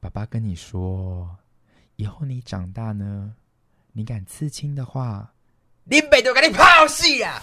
爸爸跟你说，以后你长大呢，你敢刺青的话，林北就给你抛死啊！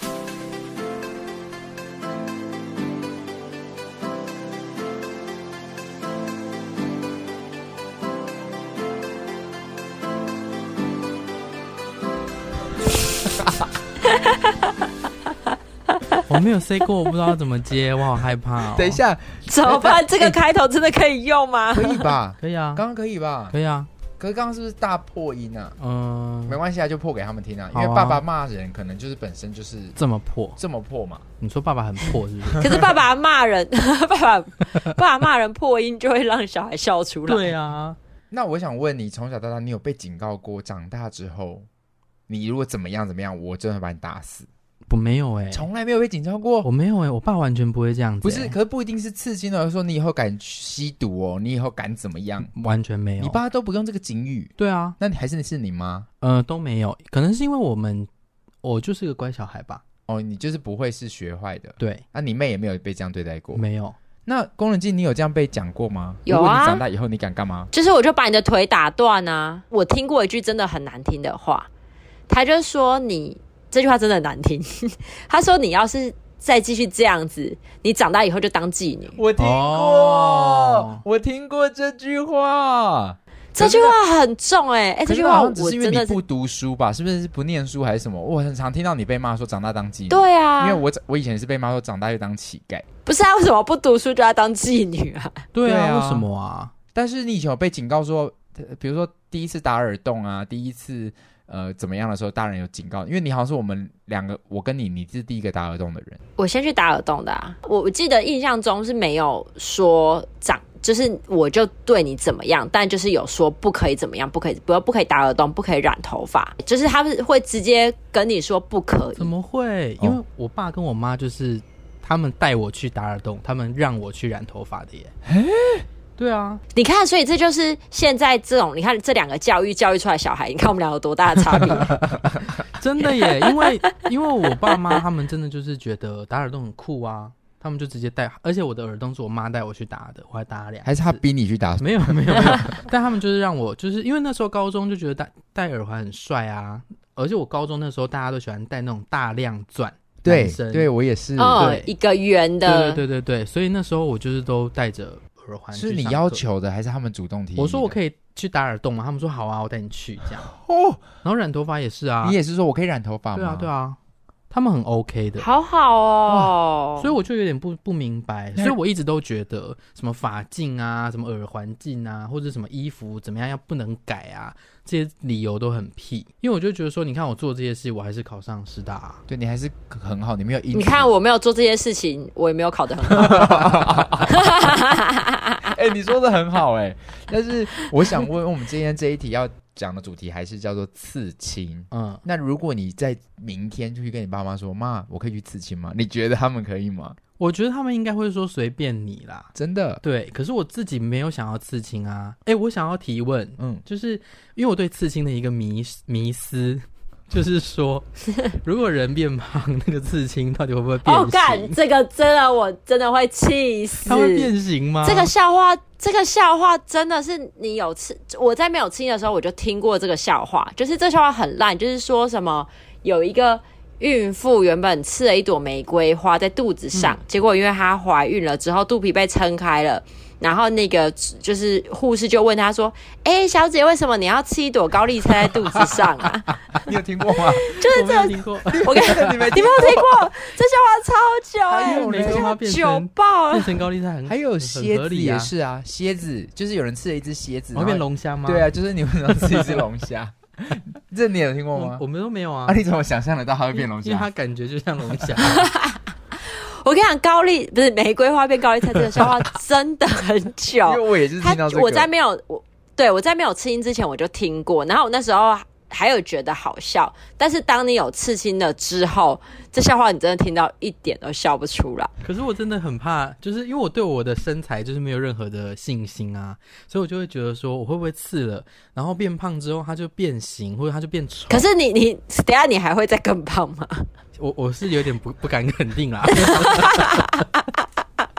我没有 say 过，我不知道怎么接，我好害怕哦。 等一下， 怎么办？这个开头真的可以用吗？ 可以吧？ 可以啊， 刚刚可以吧？ 可以啊。 可是刚刚是不是大破音啊？ 没关系啊，就破给他们听啊。 啊因为爸爸骂人，可能就是本身就是这么破嘛。 你说爸爸很破是不是？ 可是爸爸骂人，爸爸骂人破音就会让小孩笑出来。 对啊。 那我想问你，从小到大你有被警告过？长大之后，你如果怎么样，我真的会把你打死。 我没有从来没有被警告过。 我没有我爸完全不会这样子。 不是，可是不一定是刺青的，说你以后敢吸毒哦，你以后敢怎么样？ 完全没有。 你爸都不用这个警语。 对啊。 那你还是你妈？ 都没有，可能是因为我就是个乖小孩吧。 哦，你就是不会是学坏的。 对。 你妹也没有被这样对待过？ 没有。 那工人季你有这样被讲过吗？ 有啊。 如果你长大以后你敢干嘛？ 就是我就把你的腿打断啊！我听过一句真的很难听的话，他就说你这句话真的很难听。他说你要是再继续这样子，你长大以后就当妓女。 我听过，我听过这句话。 这句话很重这句话我只是因为你不读书吧？是不是不念书还是什么？我很常听到你被骂说长大当妓女。 对啊， 因为我以前是被骂说长大就当乞丐。 不是啊，为什么不读书就要当妓女啊？ 对啊，为什么啊？ 但是你以前有被警告说，比如说第一次打耳洞啊，第一次怎么样的时候，大人有警告，因为你好像是我们两个，我跟你是第一个打耳洞的人。 我先去打耳洞的啊，我记得印象中是没有说就是我就对你怎么样，但就是有说不可以怎么样，不可以打耳洞，不可以染头发，就是他们会直接跟你说不可以。 怎么会？因为我爸跟我妈就是他们带我去打耳洞，他们让我去染头发的耶。对啊， 你看，所以这就是现在这种，你看这两个教育出来的小孩，你看我们俩有多大的差别？ 真的耶，因为我爸妈他们真的就是觉得打耳洞很酷啊，他们就直接带，而且我的耳洞是我妈带我去打的，我还打了2次。 还是他逼你去打？ 没有，但他们就是让我，就是因为那时候高中就觉得戴耳环很帅啊，而且我高中那时候大家都喜欢戴那种大亮钻。 对，我也是。 一个圆的。 对，所以那时候我就是都戴着耳环。 是你要求的还是他们主动提议的？ 我说我可以去打耳洞吗？他们说好啊，我带你去这样。然后染头发也是啊。 你也是说我可以染头发吗？ 对啊，他们很 OK 的。 好好哦。 所以我就有点不明白，所以我一直都觉得什么发镜啊，什么耳环镜啊，或者什么衣服怎么样不能改啊，这些理由都很屁。因为我就觉得说，你看我做这些事，我还是考上师大啊。 对，你还是很好，你没有因此。 你看我没有做这些事情，我也没有考得很好。 你说的很好但是我想问我们今天这一题要讲的主题还是叫做刺青。那如果你在明天就去跟你爸妈说，妈，我可以去刺青吗？你觉得他们可以吗？ 我觉得他们应该会说随便你啦， 真的。 对，可是我自己没有想要刺青啊。我想要提问，就是因为我对刺青的一个迷思，就是说，如果人变胖，那个刺青到底会不会变形？ 干，这个真的我真的会气死。 它会变形吗？ 这个笑话真的是你有刺，我在没有刺青的时候我就听过这个笑话，就是这笑话很烂，就是说什么有一个孕妇原本刺了一朵玫瑰花在肚子上，结果因为她怀孕了之后肚皮被撑开了，然后那个就是护士就问她说，小姐，为什么你要刺一朵高丽菜在肚子上啊？ 你有听过吗？ 就是这个，我跟你没有听过，这笑话超久玫瑰花变久爆了， 变成高丽菜还有蝎子也是啊，蝎子就是有人刺了一只蝎子， 会变龙虾吗？ 对啊，就是你为什么刺一只龙虾？这你有听过吗？ 我们都没有啊。 你怎么想象得到它会变龙虾？ 因为它感觉就像龙虾。 我跟你讲，不是玫瑰花变高丽菜这个笑话真的很久。 因为我也是听到这个。 我在没有刺青之前我就听过，然后我那时候还有觉得好笑，但是当你有刺青了之后，这笑话你真的听到一点都笑不出来。 可是我真的很怕，就是因为我对我的身材就是没有任何的信心啊，所以我就会觉得说我会不会刺了，然后变胖之后它就变形，或者它就变丑。 可是你等一下你还会再更胖吗？ 我是有点不敢肯定啦。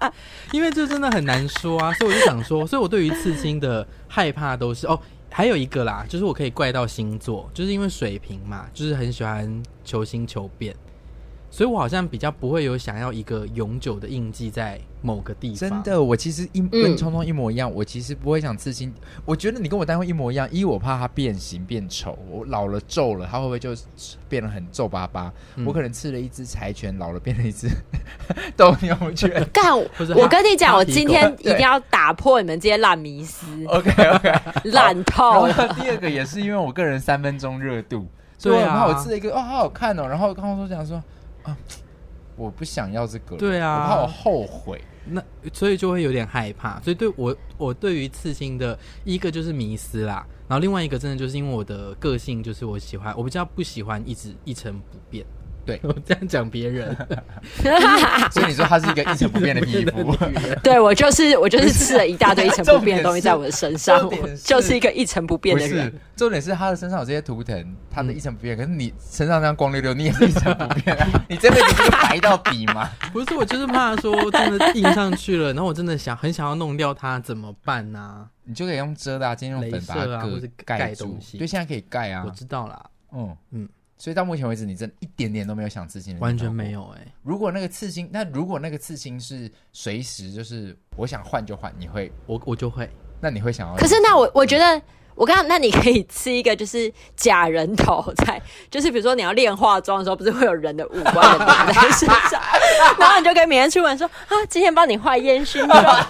因为这真的很难说啊，所以我就想说，所以我对于刺青的害怕都是还有一个啦，就是我可以怪到星座，就是因为水瓶嘛，就是很喜欢求新求变，所以我好像比较不会有想要一个永久的印记在某个地方。 真的，我其实跟聪聪一模一样，我其实不会想刺青。我觉得你跟我单位一模一样，我怕它变形变丑，我老了皱了，它会不会就变得很皱巴巴？我可能刺了一只柴犬，老了变成一只斗牛犬。 干，我跟你讲，我今天一定要打破你们这些烂迷思。 OK， 烂透了。 第二个也是因为我个人3分钟热度，所以我怕我刺了一个好好看哦，然后刚刚说讲说我不想要这个， 对啊， 我怕我后悔。 那所以就会有点害怕，所以对我对于刺青的一个就是迷思啦，然后另外一个真的就是因为我的个性就是我比较不喜欢一直一成不变。 对， 我这样讲别人， 所以你说他是一个一成不变的皮肤。 对，我就是吃了一大堆一成不变的东西在我的身上，我就是一个一成不变的人。 重点是他的身上有这些图腾，他的一成不变，可是你身上这样光溜溜，你也是一成不变啊！你这辈子就是白到底吗？ 不是，我就是怕说真的印上去了，然后我真的很想要弄掉它，怎么办啊？ 你就可以用遮的今天用粉把它或是盖东西。 对，现在可以盖啊。 我知道啦。 所以到目前为止，你真的一点点都没有想刺青的， 完全没有如果那个刺青是随时就是我想换就换，你会？ 我就会。 那你会想要？ 可是那我觉得，那你可以刺一个就是假人头在，就是比如说你要练化妆的时候，不是会有人的五官的脸在身上，然后你就可以每天出门说今天帮你画烟熏妆。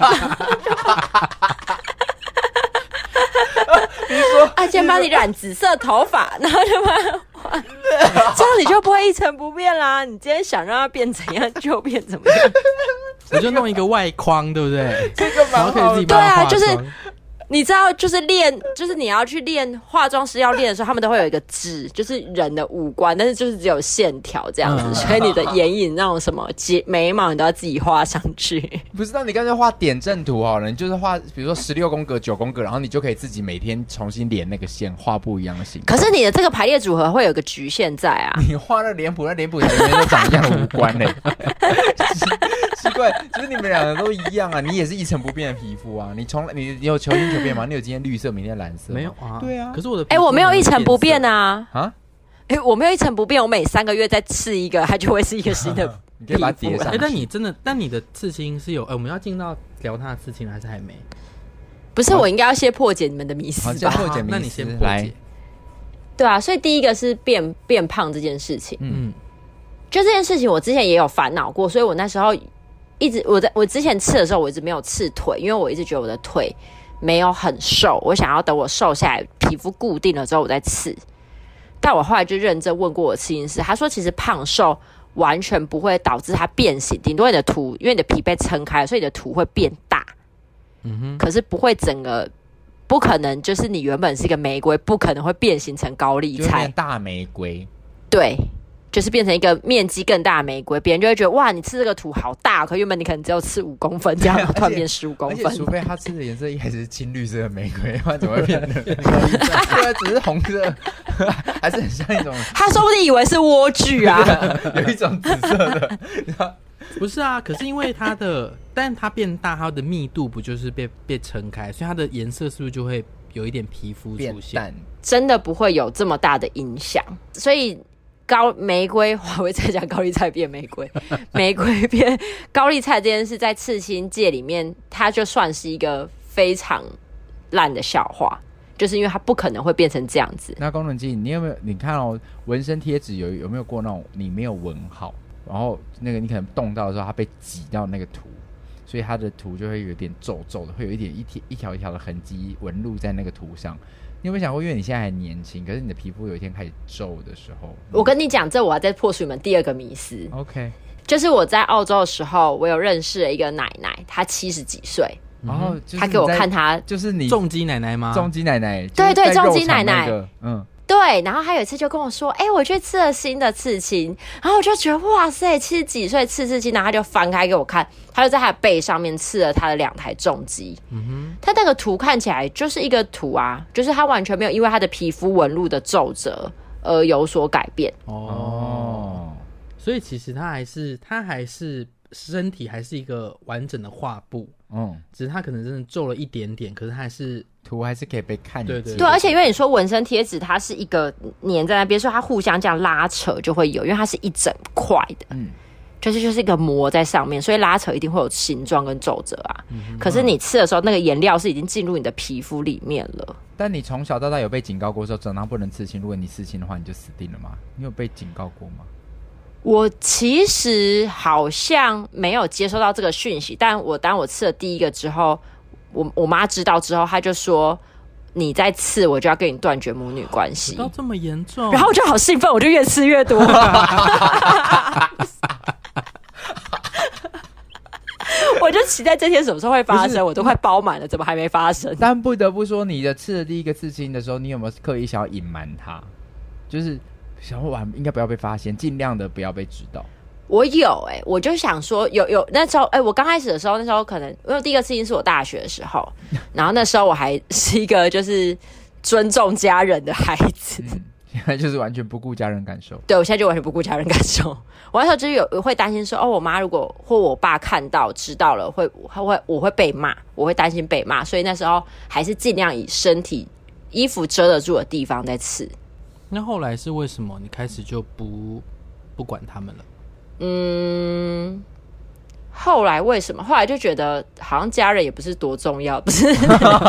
你说今天帮你染紫色头发，然后就帮他画，这样你就不会一成不变啦。你今天想让它变怎样就变怎么样。 我就弄一个外框，对不对？ 这个蛮好的， 然后可以自己帮他化妆。 对啊，就是你知道，就是你要去练化妆师要练的时候，他们都会有一个痣，就是人的五官，但是就是只有线条这样子，所以你的眼影那种什么眉毛你都要自己画上去。 不是，那你干脆画点阵图好了，你就是画，比如说16宫格、9宫格，然后你就可以自己每天重新连那个线，画不一样的形。 可是你的这个排列组合会有个局限在啊。 你画那脸谱，那脸谱里面都长一样的五官嘞。奇怪，就是你们两个都一样啊，你也是一成不变的皮肤啊，你有求新求变吗？你有今天绿色，明天蓝色？ 没有啊， 对啊。 可是我的我没有一成不变啊。 我没有一成不变，我每3个月再刺一个，它就会是一个新的你可以把它叠上去。但你的刺青是有我们要进到聊他的刺青还是还没？ 不是，我应该要先破解你们的迷思吧？ 破解迷思， 那你先破解。 对啊，所以第一个是变胖这件事情。就这件事情，我之前也有烦恼过，所以我那时候我之前刺的时候，我一直没有刺腿，因为我一直觉得我的腿没有很瘦，我想要等我瘦下来，皮肤固定了之后我再刺。但我后来就认真问过我刺青师，他说其实胖瘦完全不会导致它变形，顶多你的图因为你的皮被撑开了，所以你的图会变大。可是不会整个，不可能就是你原本是一个玫瑰，不可能会变形成高丽菜大玫瑰。 对，就是变成一个面积更大的玫瑰，别人就会觉得哇，你刺这个图好大，可原本你可能只有刺5公分，这样突然变15公分。 而且除非他刺的颜色一开始是青绿色的玫瑰，不然怎么会变成对啊，只是红色，还是很像一种。 他说不定以为是莴苣啊， 有一种紫色的。 不是啊，可是因为但它变大，它的密度不就是被撑开，所以它的颜色是不是就会有一点皮肤出现？ 真的不会有这么大的影响，所以。玫瑰，我会再讲高丽菜变玫瑰，玫瑰变高丽菜这件事，在刺青界里面，它就算是一个非常烂的笑话，就是因为它不可能会变成这样子。 那工人机，你有没有？你看哦，纹身贴纸有没有过那种你没有纹好，然后那个你可能动到的时候，它被挤到那个图，所以它的图就会有点皱皱的，会有一条一条的痕迹纹路在那个图上。你有没有想过，因为你现在还年轻，可是你的皮肤有一天开始皱的时候， 我跟你讲，这我要再破除你们第2个迷思。 OK， 就是我在澳洲的时候，我有认识了一个奶奶，她70几岁， 然后她给我看她， 就是你重击奶奶吗？ 重击奶奶， 对对，重击奶奶，对，然后他有一次就跟我说，我去刺了新的刺青，然后我就觉得哇塞，70几岁刺刺青，然后他就翻开给我看，他就在他的背上面刺了他的2台重击。他那个图看起来就是一个图啊，就是他完全没有因为他的皮肤纹路的皱褶而有所改变。 所以其实他还是身体还是一个完整的画布，只是它可能真的皱了一点点，可是它还是图还是可以被看见。 对，而且因为你说纹身贴纸它是一个粘在那边，所以它互相这样拉扯就会有，因为它是一整块的，就是一个膜在上面，所以拉扯一定会有形状跟皱褶啊。可是你刺的时候，那个颜料是已经进入你的皮肤里面了。 但你从小到大有被警告过说长大不能刺青，如果你刺青的话你就死定了吗？你有被警告过吗？ 我其实好像没有接收到这个讯息，但当我刺了第一个之后，我妈知道之后，她就说你再刺我就要跟你断绝母女关系。 到这么严重？ 然后我就好兴奋，我就越刺越多。我就期待这天什么时候会发生，我都快包满了，怎么还没发生？ 但不得不说，你的刺的第一个刺青的时候，你有没有刻意想要隐瞒它？就是想说应该不要被发现，尽量的不要被知道。 我有我就想说有那时候我刚开始的时候，那时候可能因为第一个刺青是我大学的时候，然后那时候我还是一个就是尊重家人的孩子。 现在就是完全不顾家人感受。 对，我现在就完全不顾家人感受。我那时候就是会担心说，我妈如果或我爸看到知道了，我会被骂，我会担心被骂，所以那时候还是尽量以身体衣服遮得住的地方在刺。 那后来是为什么你开始就不管他们了？ 后来为什么？后来就觉得好像家人也不是多重要，不是？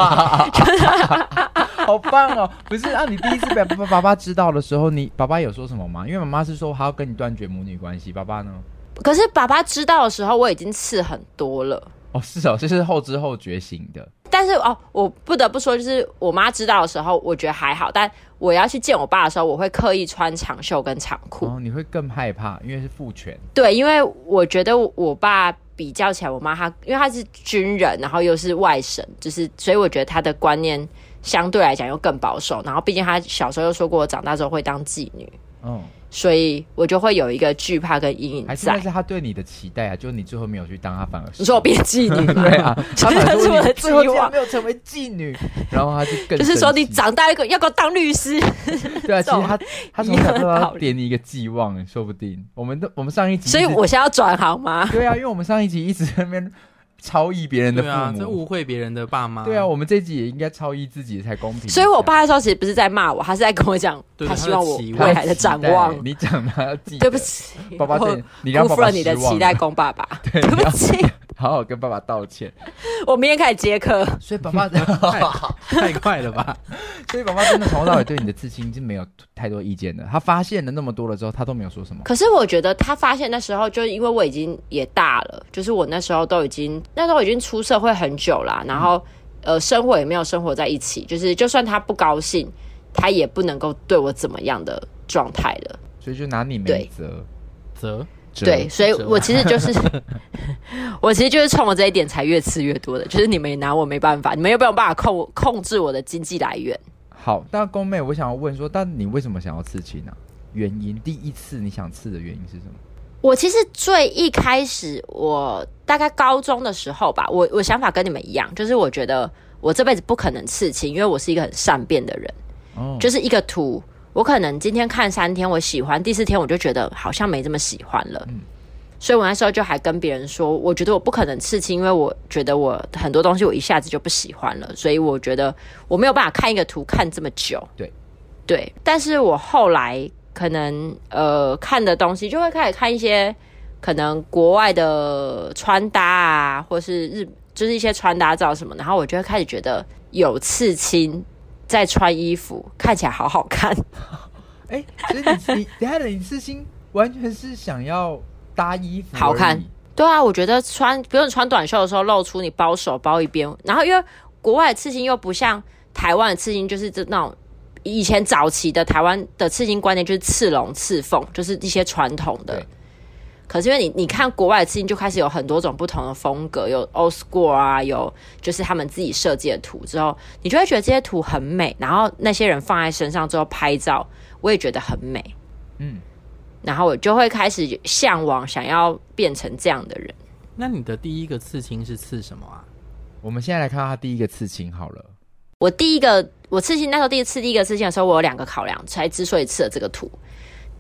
好棒哦！不是啊，你第一次被爸爸知道的时候，你爸爸有说什么吗？因为妈妈是说他要跟你断绝母女关系，爸爸呢？ 可是爸爸知道的时候，我已经刺很多了。 哦，是哦，这是后知后觉型的。 但是我不得不说，就是我妈知道的时候，我觉得还好。但我要去见我爸的时候，我会刻意穿长袖跟长裤。 哦，你会更害怕，因为是父权。 对，因为我觉得我爸比较起来，我妈因为他是军人，然后又是外省，就是所以我觉得他的观念相对来讲又更保守。然后毕竟他小时候又说过，我长大之后会当妓女。所以我就会有一个惧怕跟阴影在。 还是那是他对你的期待啊？就是你最后没有去当，他反而是你说我变妓女吗？ 对啊，他反而说你最后竟然没有成为妓女，然后他就更就是说你长大要给我当律师。 对啊，其实他从小到大点你一个寄望，说不定我们上一集， 所以我现在要转行吗？ 对啊，因为我们上一集一直在那边超译别人的父母， 对啊，这误会别人的爸妈。 对啊，我们这集也应该超译自己才公平。 所以我爸那时候其实不是在骂我，他是在跟我讲，他希望我未来的展望。 你讲他要记得， 对不起， 爸爸，你辜负了你的期待，公爸爸。对不起， 好好跟爸爸道歉。 我明天开始接课。 所以爸爸太快了吧？ 所以爸爸真的从头到尾对你的刺青是没有太多意见的。他发现了那么多了之后，他都没有说什么。 可是我觉得他发现那时候，就因为我已经也大了，就是我那时候已经出社会很久啦，然后生活也没有生活在一起，就是就算他不高兴，他也不能够对我怎么样的状态了。 所以就拿你没责。 对，所以我其实就是我其实就是冲着这一点才越刺越多的，就是你们也拿我没办法，你们又没有办法控制我的经济来源。 好，那宫妹，我想要问说，但你为什么想要刺青啊？原因，第一次你想刺的原因是什么？ 我其实最一开始，我大概高中的时候吧，我想法跟你们一样，就是我觉得我这辈子不可能刺青，因为我是一个很善变的人。就是一个图，我可能今天看3天我喜欢，第4天我就觉得好像没这么喜欢了。所以我那时候就还跟别人说，我觉得我不可能刺青，因为我觉得我很多东西我一下子就不喜欢了，所以我觉得我没有办法看一个图看这么久。对，但是我后来可能看的东西就会开始看一些可能国外的穿搭啊，或是就是一些穿搭照什么，然后我就会开始觉得有刺青在穿衣服看起来好好看。 所以你刺青完全是想要搭衣服好看。对啊，我觉得比如你穿短袖的时候露出你包手包一边，然后因为国外的刺青又不像台湾的刺青，就是那种以前早期的台湾的刺青观念就是刺龙刺凤，就是一些传统的。可是因为你看国外的刺青就开始有很多种不同的风格，有 old school 啊，有就是他们自己设计的图之后，你就会觉得这些图很美，然后那些人放在身上之后拍照，我也觉得很美。然后我就会开始向往想要变成这样的人。 那你的第一个刺青是刺什么啊？ 我们现在来看到他第一个刺青好了。我刺青那时候第一个刺青的时候，我有2个考量，才之所以刺了这个图。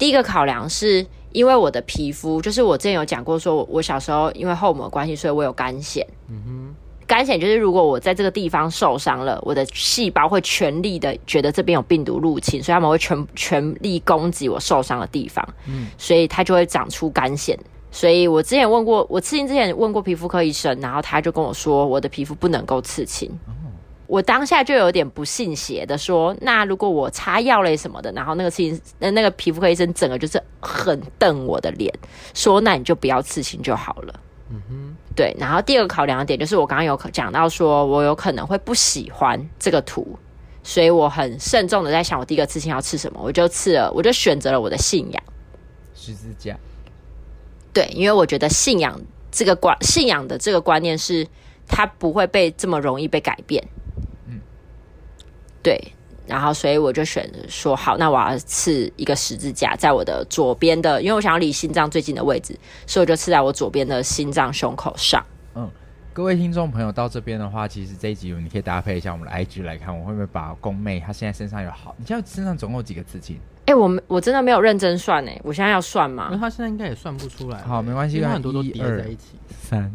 第一个考量是因为我的皮肤，就是我之前有讲过说我小时候因为后母的关系，所以我有干癣。干癣就是如果我在这个地方受伤了，我的细胞会全力的觉得这边有病毒入侵，所以他们会全力攻击我受伤的地方，所以它就会长出干癣。所以我刺青之前问过皮肤科医生，然后他就跟我说我的皮肤不能够刺青。我当下就有点不信邪的说，那如果我擦药类什么的，然后那个皮肤科医生整个就是很瞪我的脸，说那你就不要刺青就好了。对，然后第二个考量的点就是我刚刚有讲到说我有可能会不喜欢这个图，所以我很慎重的在想我第一个刺青要刺什么，我就选择了我的信仰， 十字架。 对，因为我觉得信仰的这个观念是它不会被这么容易被改变。对，然后所以我就选择说好，那我要刺一个十字架在我的左边的，因为我想要离心脏最近的位置，所以我就刺在我左边的心脏胸口上。 各位听众朋友到这边的话，其实这一集你可以搭配一下我们的 IG 来看，我会不会把宫妹她现在身上有你现在身上总共有几个刺青？ 我真的没有认真算我现在要算吗？ 因为他现在应该也算不出来。 好，没关系， 因为很多都叠在一起。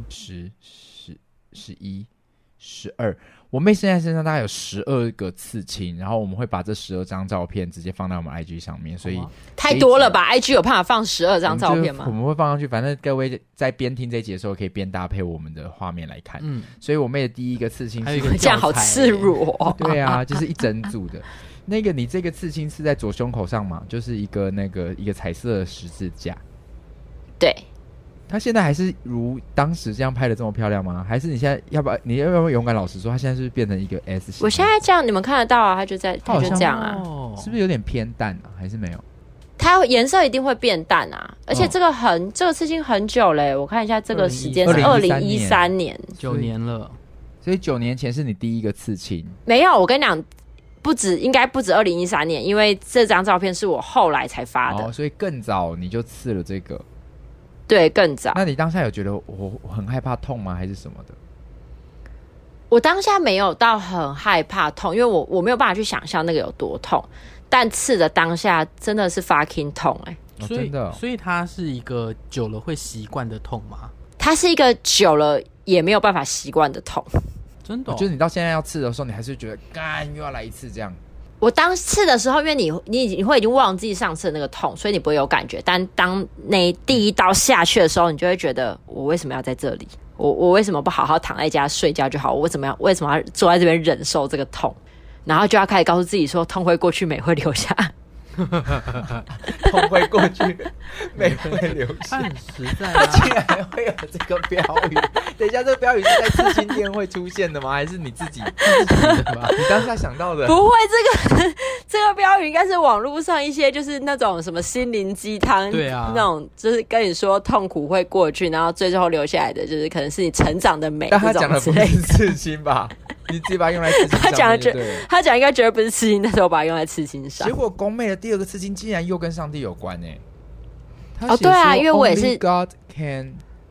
3、10、11、12。我妹现在身上大概有12个刺青，然后我们会把这12张照片直接放在我们 IG 上面，所以太多了吧 ？IG 有办法放12张照片吗？ 我们会放上去，反正各位在边听这一集的时候，可以边搭配我们的画面来看。所以我妹的第一个刺青是这样好赤裸哦。 对啊，就是一整组的。那个你这个刺青是在左胸口上嘛？就是一个彩色的十字架。 对。 他现在还是如当时这样拍的这么漂亮吗？还是你现在要不要勇敢老实说，他现在是不是变成一个 S 型？ 我现在这样你们看得到啊，他就这样啊， 是不是有点偏淡啊？还是没有？ 它颜色一定会变淡啊，而且这个刺青很久嘞，我看一下这个时间是2013年 ，9年了， 所以9年前是你第一个刺青？ 没有，我跟你讲。应该不止2013年，因为这张照片是我后来才发的， 所以更早你就刺了这个。 对，更早。 那你当下有觉得我很害怕痛吗？还是什么的？ 我当下没有到很害怕痛，因为我没有办法去想象那个有多痛，但刺的当下真的是 fucking 痛真的。 所以它是一个久了会习惯的痛吗？ 它是一个久了也没有办法习惯的痛。 真的。 就是你到现在要刺的时候，你还是觉得干又要来一次这样。 我当刺的时候，因为你会已经忘记上次的那个痛，所以你不会有感觉。但当那第一刀下去的时候，你就会觉得我为什么要在这里？我为什么不好好躺在家睡觉就好？我为什么要坐在这边忍受这个痛？然后就要开始告诉自己说，痛会过去，美会留下。 痛会过去，美会留下。 很实在啊！ 竟然会有这个标语。等一下，这个标语是在刺青店会出现的吗？还是你自己的吧？你当下想到的？ 不会，这个标语应该是网络上一些就是那种什么心灵鸡汤， 对啊， 那种就是跟你说痛苦会过去，然后最后留下来的就是可能是你成长的美。 但他讲的不是刺青吧？你自己把它用在刺青上面。 他讲应该绝对不是刺青，但是我把它用在刺青上。 结果宫妹的第二个刺青竟然又跟上帝有关对啊，因为我也是 Only God can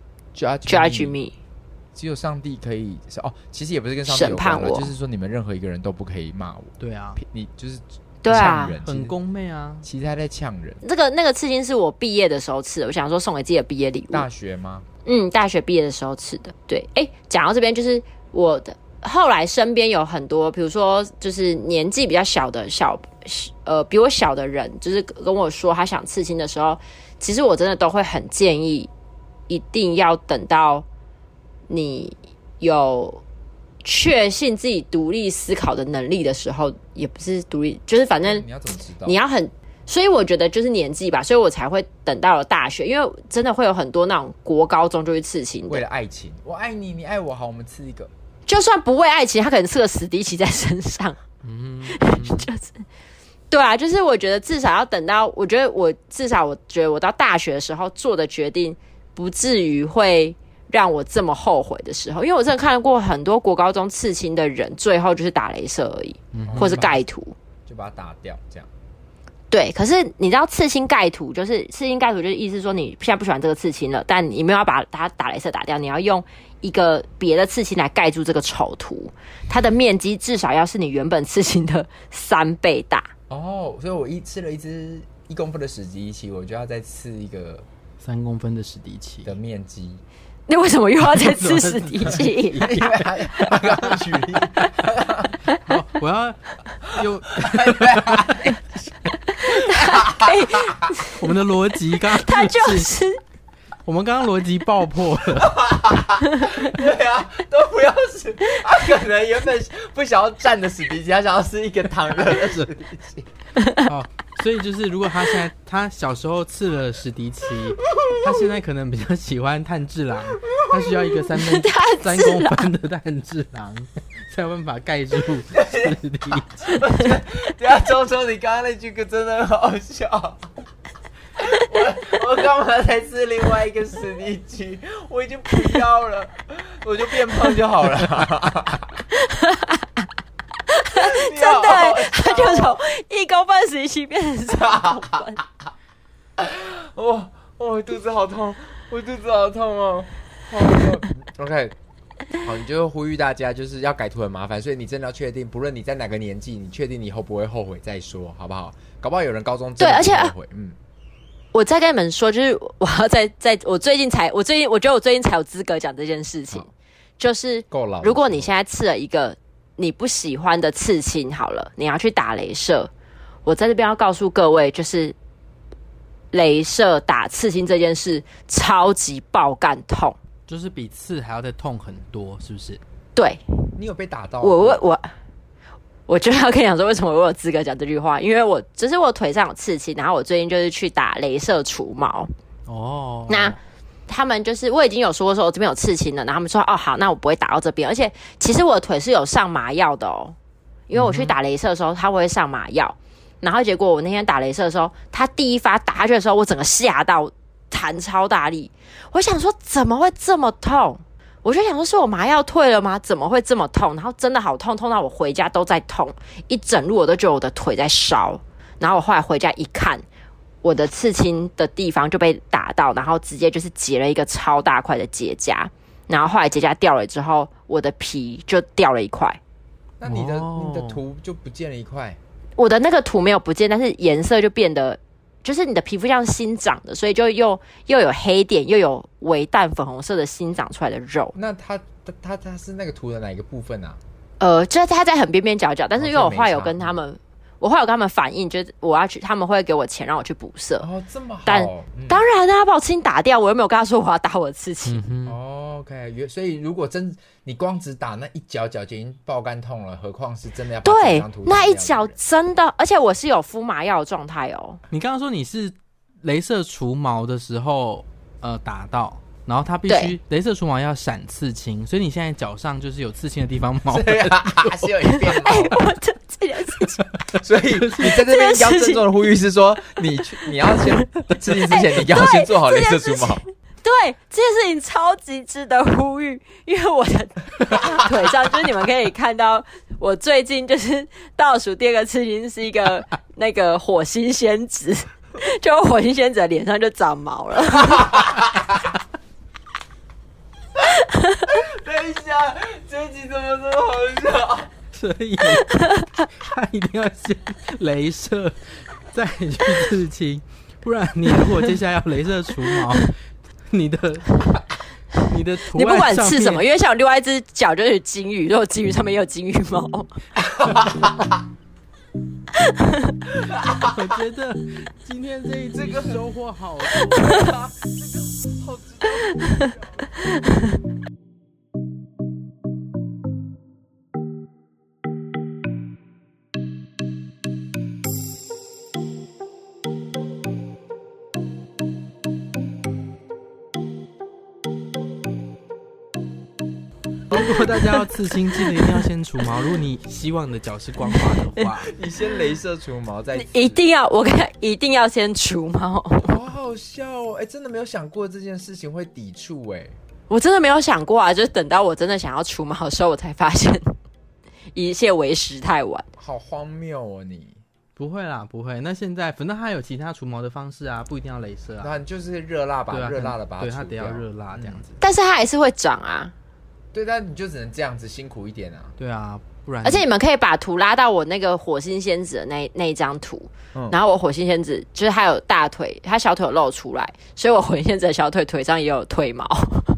judge me， 只有上帝可以其实也不是跟上帝有关了，就是说你们任何一个人都不可以骂我。 对啊， 你就是对啊， 很宫妹啊， 其实他在呛人。 那个刺青是我毕业的时候刺的，我想说送给自己的毕业礼物。 大学吗？ 大学毕业的时候刺的。对，讲到这边就是我的。后来身边有很多，比如说就是年纪比较小的比我小的人，就是跟我说他想刺青的时候，其实我真的都会很建议，一定要等到你有确信自己独立思考的能力的时候，也不是独立，就是反正你要怎么知道？ 你要很，所以我觉得就是年纪吧，所以我才会等到了大学，因为真的会有很多那种国高中就去刺青的， 为了爱情，我爱你，你爱我，好，我们刺一个。 就算不为爱情，他可能刺个史迪奇在身上。就是对啊，就是我觉得至少要等到，我觉得我到大学的时候做的决定，不至于会让我这么后悔的时候，因为我真的看过很多国高中刺青的人，最后就是打雷射而已，或是盖图， 就把它打掉这样。 对，可是你知道刺青盖图就是意思说你现在不喜欢这个刺青了，但你没有要把它打雷射打掉，你要用一个别的刺青来盖住这个丑图，它的面积至少要是你原本刺青的3倍大。 所以我刺了一只 1公分的史迪奇，我就要再刺一个 3公分的史迪奇的面积。 你为什么又要再吃史迪奇？ 因为他刚刚举例， 好，我要又我们的逻辑刚刚他就是我们刚刚逻辑爆破了。 对啊，都不要吃。他可能原本不想要蘸的史迪奇，他想要吃一个糖热的史迪奇。 好，所以就是如果他小时候吃了史迪奇，他现在可能比较喜欢炭治郎，他需要一个3公分的炭治郎才有办法盖住史迪奇。 对啊，周周，你刚刚那句歌真的很好笑。我干嘛才吃另外一个史迪奇？我已经不要了，我就变胖就好了。 真的，他就从1公分史迪奇变成3公分。 我肚子好痛，我肚子好痛哦。OK， 好，你就呼吁大家，就是要改图很麻烦，所以你真的要确定，不论你在哪个年纪，你确定你以后不会后悔再说，好不好？搞不好有人高中真的不后悔， 我再跟你们说，就是我要我觉得我最近才有资格讲这件事情，就是如果你现在刺了一个你不喜欢的刺青，好了，你要去打雷射，我在这边要告诉各位，就是雷射打刺青这件事超级爆干痛， 就是比刺还要再痛很多，是不是？ 对， 你有被打到？ 我就要跟你讲说，为什么我有资格讲这句话？因为我腿上有刺青，然后我最近就是去打雷射除毛。哦，那他们就是我已经有说我这边有刺青了，然后他们说好，那我不会打到这边。而且其实我的腿是有上麻药的哦，因为我去打雷射的时候，他会上麻药。然后结果我那天打雷射的时候，他第一发打下去的时候，我整个吓到，弹超大力。我想说怎么会这么痛？我就想说是我麻药退了吗？怎么会这么痛？然后真的好痛，痛到我回家都在痛，一整路我都觉得我的腿在烧。然后我后来回家一看，我的刺青的地方就被打到，然后直接就是结了一个超大块的结痂。然后后来结痂掉了之后，我的皮就掉了一块。 那你的图就不见了一块？ 我的那个图没有不见，但是颜色就变得，就是你的皮肤像新长的，所以就又有黑点，又有微淡粉红色的新长出来的肉。 那它是那个图的哪一个部分啊？ 就是它在很边边角角，但是因为我后来有跟他们，反映，就是我要去，他们会给我钱让我去补色。 哦，这么好。 但当然啊，把我刺青打掉，我又没有跟他说我要打我的刺青。 OK， 所以如果你光只打那一角就已经爆干痛了，何况是真的要把整张图打掉？ 对，那一角真的，而且我是有敷麻药的状态哦。 你刚刚说你是雷射除毛的时候打到，然后他必须雷射除毛要闪刺青，所以你现在脚上就是有刺青的地方毛。 对啊，是有一片毛。 我的这件事情， 所以你在这边要郑重的呼吁是说，你要先刺青之前，你要先做好雷射除毛。 对，这件事情超级值得呼吁，因为我的腿上就是你们可以看到，我最近就是倒数第2个刺青是一个那个火星仙子，就火星仙子的脸上就长毛了。 等一下，这一集怎么这么好笑？ 所以他一定要先雷射，再去刺青，不然你如果接下来要雷射除毛。你的图你不管刺什么，因为像我另外一只脚就是金鱼，如果金鱼上面也有金鱼毛。 我觉得今天这一集收获好多， 这个好值得。 如果大家要刺青，记得一定要先除毛。如果你希望你的脚是光滑的话， 你先雷射除毛再刺。 一定要，我跟你讲，一定要先除毛。 好好笑哦！真的没有想过这件事情会抵触我真的没有想过啊，就是等到我真的想要除毛的时候，我才发现一切为时太晚。 好荒谬哦！你不会啦，不会。那现在反正还有其他除毛的方式啊，不一定要雷射啊。 那你就是热蜡吧，热蜡的把它除掉。 对，它得要热蜡这样子。 但是它还是会长啊。 对，但你就只能这样子辛苦一点啊。 对啊， 不然。 而且你们可以把图拉到我那个火星仙子的那一张图，然后我火星仙子就是还有大腿，他小腿有露出来，所以我火星仙子的小腿上也有腿毛。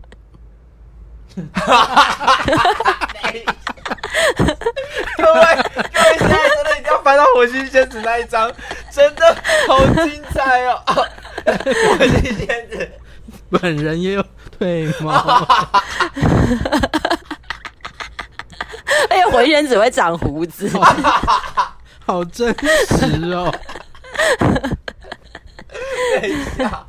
各位现在真的一定要翻到火星仙子那一张，真的好精彩哦！火星仙子本人也有腿毛， 而且火星仙子会长胡子， 好真实哦！ 等一下。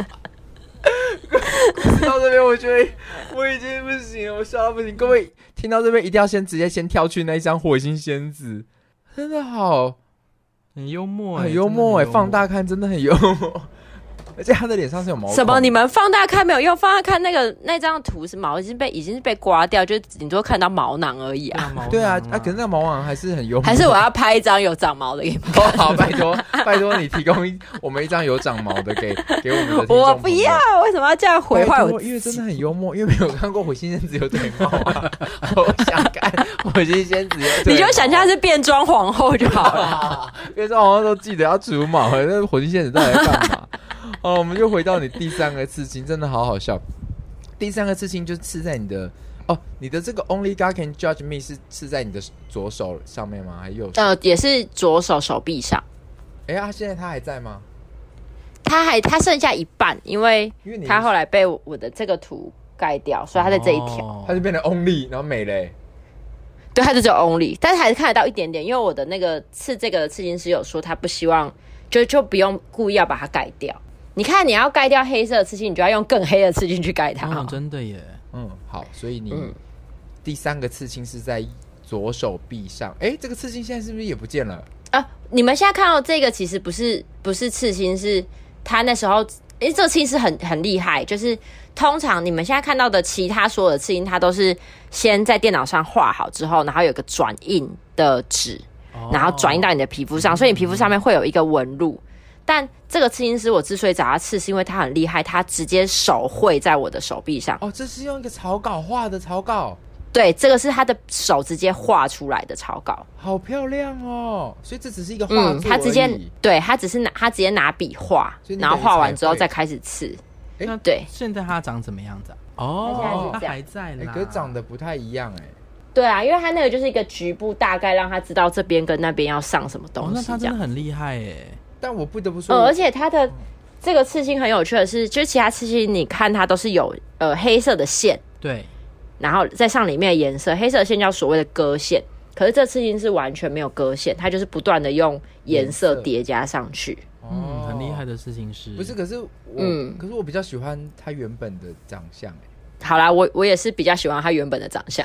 到这边，我觉得我已经不行了，我笑到不行。各位听到这边，一定要直接先跳去那一张火星仙子，真的好很幽默， 很幽默放大看真的很幽默。而且他的脸上是有毛孔。 什么？你们放大看没有用？放大看那张图是毛已经是被刮掉，就顶多看到毛囊而已啊。 对啊，可是那个毛囊还是很幽默。 还是我要拍一张有长毛的给你们看？ 好，拜托你提供我们一张有长毛的给我们的听众。 我不要，为什么要这样毁坏我？ 因为真的很幽默，因为没有看过火星仙子有腿毛啊，我想看火星仙子有腿毛。 你就想象是变装皇后就好了。 变装皇后都记得要除毛，那火星仙子到底在干嘛？我们就回到你第3个刺青，真的好好笑。第3个刺青就刺在你的你的这个 Only God Can Judge Me 是刺在你的左手上面吗？还有也是左手手臂上。 现在他还在吗？ 他剩下一半，因为他后来被我的这个图盖掉，所以他在这一条， 他就变成 Only， 然后没嘞。 对，他就只有 Only， 但是还是看得到一点点，因为我的那个这个刺青师有说他不希望，就不用故意要把它盖掉。你看，你要盖掉黑色的刺青，你就要用更黑的刺青去盖它。 真的耶。 好，所以你第3个刺青是在左手臂上。这个刺青现在是不是也不见了？ 你们现在看到这个其实不是刺青，是他那时候，这个刺青是很厉害，就是通常你们现在看到的其他所有的刺青，它都是先在电脑上画好之后，然后有个转印的纸，然后转印到你的皮肤上，所以你皮肤上面会有一个纹路。但这个刺青师我之所以找他刺，是因为他很厉害，他直接手绘在我的手臂上。 这是用一个草稿画的草稿。 对，这个是他的手直接画出来的草稿， 好漂亮哦！所以这只是一个画作而已。 他直接拿笔画，然后画完之后再开始刺。对， 现在他长怎么样子他还在啦， 可是长得不太一样对啊，因为他那个就是一个局部，大概让他知道这边跟那边要上什么东西。 那他真的很厉害耶！ 但我不得不说， 而且他的这个刺青很有趣的是，就是其他刺青你看它都是有黑色的线， 对， 然后再上里面的颜色，黑色的线叫所谓的割线，可是这刺青是完全没有割线，它就是不断的用颜色叠加上去。 很厉害的刺青师。 不是，可是我比较喜欢他原本的长相好啦，我也是比较喜欢他原本的长相。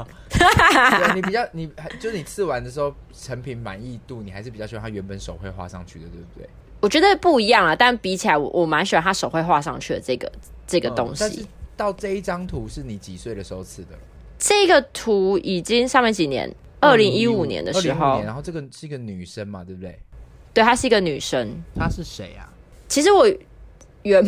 你刺完的时候成品满意度，你还是比较喜欢他原本手绘画上去的，对不对？ 我觉得不一样啦，但比起来我蛮喜欢他手绘画上去的这个东西。 但是到这一张图是你几岁的时候刺的？ 这个图已经上面几年，2015年的时候。 然后这个是一个女生嘛，对不对？ 对，她是一个女生。 她是谁啊？ 其实我原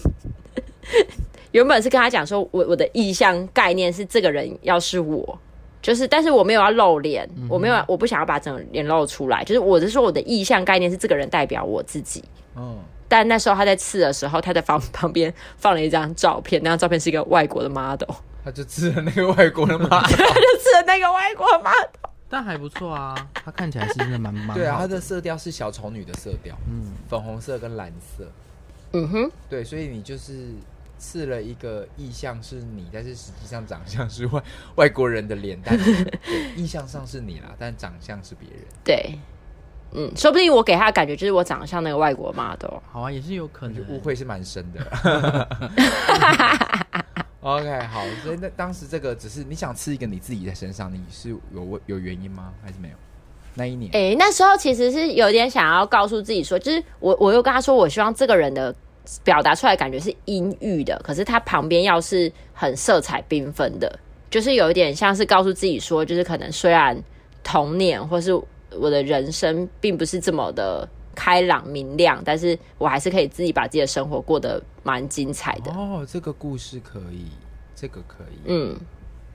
本是跟他讲说，我的意向概念是这个人要是我，就是但是我没有要露脸，我不想要把整个脸露出来，就是我是说我的意向概念是这个人代表我自己。但那时候他在刺的时候，他在旁边放了一张照片，那张照片是一个外国的 model， 他就刺了那个外国的 model， 他就刺了那个外国的 model。 但还不错啊，他看起来是真的蛮好的。 对啊，他的色调是小丑女的色调，粉红色跟蓝色。对，所以你就是刺了一个意象是你，但是实际上长相是外国人的脸蛋，意象上是你啦，但长相是别人。 对，说不定我给他的感觉就是我长得像那个外国 model。 好啊，也是有可能， 误会是蛮深的。OK， 好，所以那当时这个只是你想刺一个你自己在身上，你是有原因吗？还是没有？那一年， 那时候其实是有点想要告诉自己说，就是我又跟他说，我希望这个人的表达出来的感觉是阴郁的，可是他旁边要是很色彩缤纷的，就是有一点像是告诉自己说，就是可能虽然童年或是我的人生并不是这么的开朗明亮，但是我还是可以自己把自己的生活过得蛮精彩的。 这个故事可以，这个可以。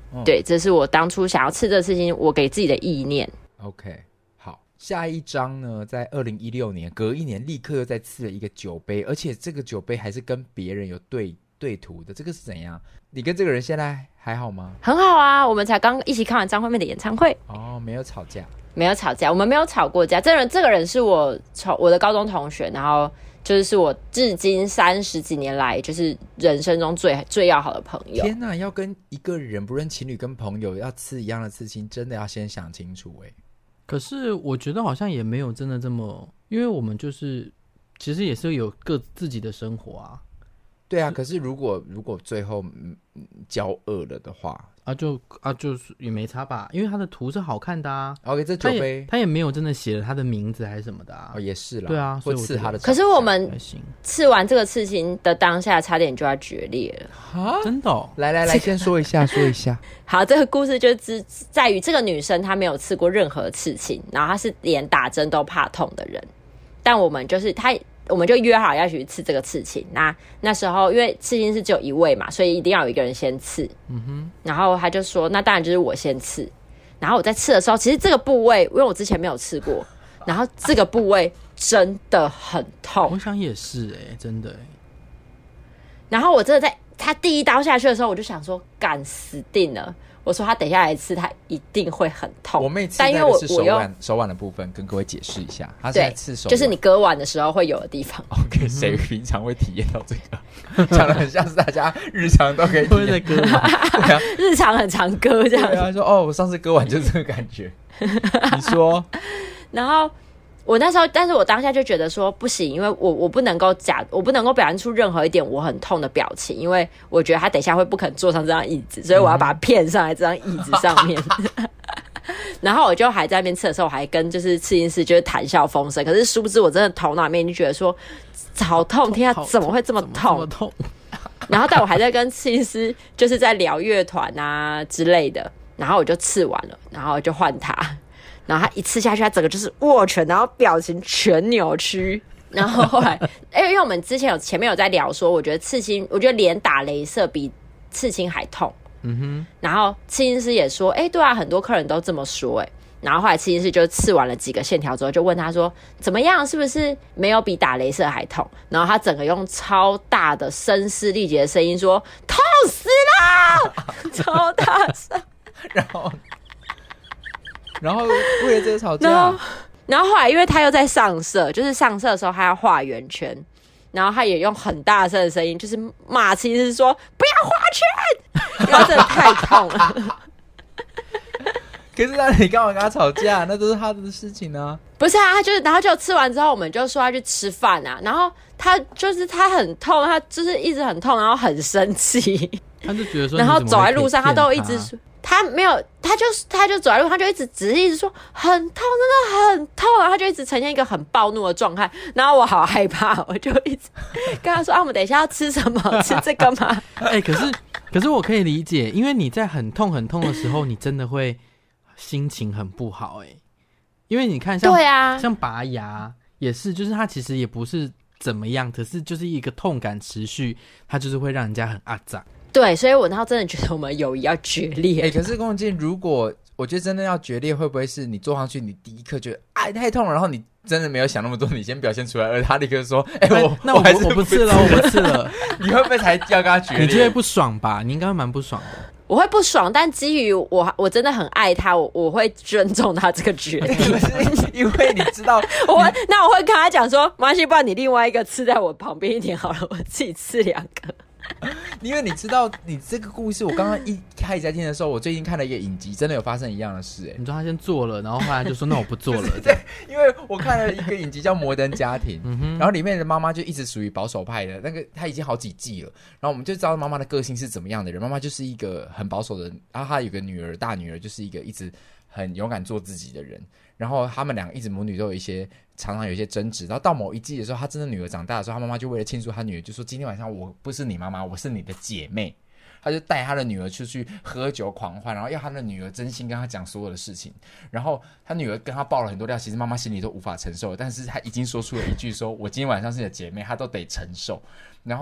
对，这是我当初想要刺这个刺青，我给自己的意念。 OK， 好，下一张呢，在2016年，隔一年立刻又再刺了一个酒杯，而且这个酒杯还是跟别人有对图的，这个是怎样？你跟这个人现在还好吗？ 很好啊，我们才刚一起看完张惠妹的演唱会。 哦，没有吵架。 没有吵架，我们没有吵过架。这个人是我的高中同学，然后就是我至今30几年来就是人生中最要好的朋友。 天哪，要跟一个人，不论情侣跟朋友，要刺一样的刺青，真的要先想清楚欸。 可是我觉得好像也没有真的这么，因为我们就是其实也是有自己的生活啊。 对啊，可是如果最后交恶了的话， 就是也没差吧，因为他的图是好看的啊。 OK， 这酒杯他也没有真的写了他的名字还是什么的啊。 也是啦。 对啊， 会刺他的。 可是我们刺完这个刺青的当下，差点就要决裂了啊！真的哦？ 来，先说一下。 好，这个故事就在于这个女生她没有刺过任何刺青，然后她是连打针都怕痛的人，但我们就约好要去刺这个刺青。那时候因为刺青是只有一位嘛，所以一定要有一个人先刺。然后他就说，那当然就是我先刺。然后我在刺的时候，其实这个部位，因为我之前没有刺过，然后这个部位真的很痛。 我想也是真的然后我真的在他第一刀下去的时候，我就想说，干死定了。我说他等下来刺，他一定会很痛。 我妹刺在的是手腕的部分，跟各位解释一下，他是在刺手腕， 就是你割腕的时候会有的地方。 OK， 谁平常会体验到这个？讲得很像是大家日常都可以体验。 会在割腕， 日常很常割这样。 对啊，说我上次割腕就是这个感觉。你说， 然后我那时候，但是我当下就觉得说不行，因为我不能够表现出任何一点我很痛的表情，因为我觉得他等一下会不肯坐上这张椅子，所以我要把他骗上来这张椅子上面。然后我就还在那边刺的时候，我还跟就是刺青师就是谈笑风生，可是殊不知我真的头脑里面就觉得说好痛，天啊，怎么会这么痛？然后但我还在跟刺青师就是在聊乐团啊之类的，然后我就刺完了，然后就换他。然后他一刺下去，他整个就是握拳，然后表情全扭曲。然后后来，因为我们前面有在聊说，我觉得刺青，我觉得连打雷射比刺青还痛。然后刺青师也说，对啊，很多客人都这么说。然后后来刺青师就刺完了几个线条之后，就问他说怎么样，是不是没有比打雷射还痛？然后他整个用超大的声嘶力竭的声音说，痛死了，超大声。 然后为了这个吵架， 然后后来因为他又在上色，就是上色的时候他要画圆圈，然后他也用很大声的声音就是骂刺青师说不要画圈，因为真的太痛了。 可是那你干嘛跟他吵架？那都是他的事情啊。 不是啊，然后就吃完之后，我们就说要去吃饭啊。然后他很痛，他就是一直很痛，然后很生气。 他就觉得说， 然后走在路上，他都一直说。他没有，他就走在路，他就只是一直说很痛，真的很痛，然后他就一直呈现一个很暴怒的状态，然后我好害怕，我就一直跟他说我们等一下要吃什么？吃这个吗？ 可是我可以理解，因为你在很痛的时候，你真的会心情很不好因为你看像拔牙也是，就是它其实也不是怎么样，可是就是一个痛感持续，它就是会让人家很阿杂。 对，所以我那时候真的觉得我们友谊要决裂。 可是龚静，如果我觉得真的要决裂，会不会是你坐上去，你第一刻觉得太痛了，然后你真的没有想那么多，你先表现出来，而他立刻说我还是我不刺了，我不刺了。 你会不会才要跟他决裂？ 你就会不爽吧？你应该会蛮不爽的。 我会不爽，但基于我真的很爱他，我会尊重他这个决定。 因为你知道那我会跟他讲说，没关系，不然你另外一个刺在我旁边一点好了，我自己刺2个。 因为你知道你这个故事，我刚刚一开始在听的时候，我最近看了一个影集，真的有发生一样的事。 你知道他先做了，然后后来就说那我不做了。 对，因为我看了一个影集叫《摩登家庭》然后里面的妈妈就一直属于保守派的，那个她已经好几季了，然后我们就知道妈妈的个性是怎么样的人。妈妈就是一个很保守的人，然后她有个女儿，大女儿就是一个一直很勇敢做自己的人，然后他们两个一直母女都有常常有一些争执，然后到某一季的时候，她真的女儿长大的时候，她妈妈就为了庆祝她女儿，就说今天晚上我不是你妈妈，我是你的姐妹。她就带她的女儿出去喝酒狂欢，然后要她的女儿真心跟她讲所有的事情，然后她女儿跟她爆了很多料，其实妈妈心里都无法承受，但是她已经说出了一句说我今天晚上是你的姐妹，她都得承受。然后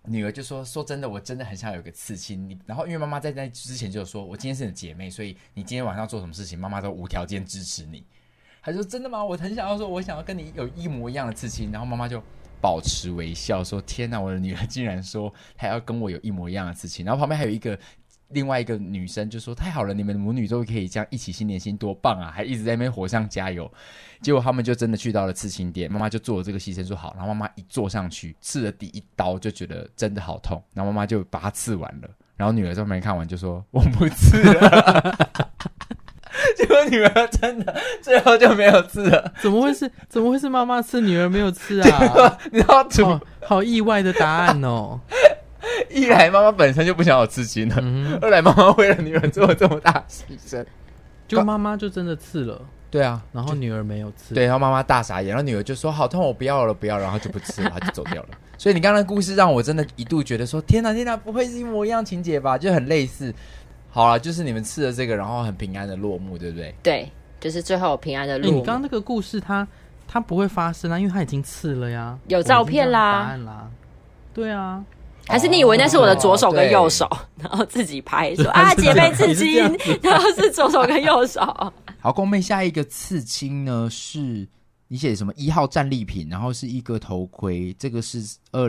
女儿就说真的，我真的很想有个刺青。然后因为妈妈在那之前就有说，我今天是你的姐妹，所以你今天晚上做什么事情，妈妈都无条件支持你。她说真的吗？我很想要说，我想要跟你有一模一样的刺青。然后妈妈就保持微笑说，天哪，我的女儿竟然说她要跟我有一模一样的刺青。然后旁边还有另外一个女生就说，太好了，你们母女都可以这样一起心连心，多棒啊，还一直在那边火上加油。结果他们就真的去到了刺青店，妈妈就做了这个牺牲说好，然后妈妈一坐上去刺了第一刀就觉得真的好痛，然后妈妈就把它刺完了，然后女儿在旁边看完就说我不刺了结果女儿真的最后就没有刺了。 怎么会是妈妈刺，女儿没有刺啊？ 你知道好意外的答案哦。 一来妈妈本身就不想有刺青了，二来妈妈为了女儿做了这么大牺牲， 就妈妈就真的刺了。 对啊， 然后女儿没有刺。 对，然后妈妈大傻眼，然后女儿就说好痛，我不要了，然后就不吃了，她就走掉了。所以你刚刚的故事让我真的一度觉得说，天哪，不会是一模一样情节吧？就很类似。好了，就是你们吃了这个，然后很平安的落幕，对不对？ 对，就是最后平安的落幕。 你刚刚那个故事它不会发生啊，因为它已经刺了呀， 有照片啦， 答案啦。对啊。 还是你以为那是我的左手跟右手，然后自己拍说啊姐妹刺青，然后是左手跟右手。 好，宫妹下一个刺青呢是你写什么1号战利品，然后是一个头盔，这个是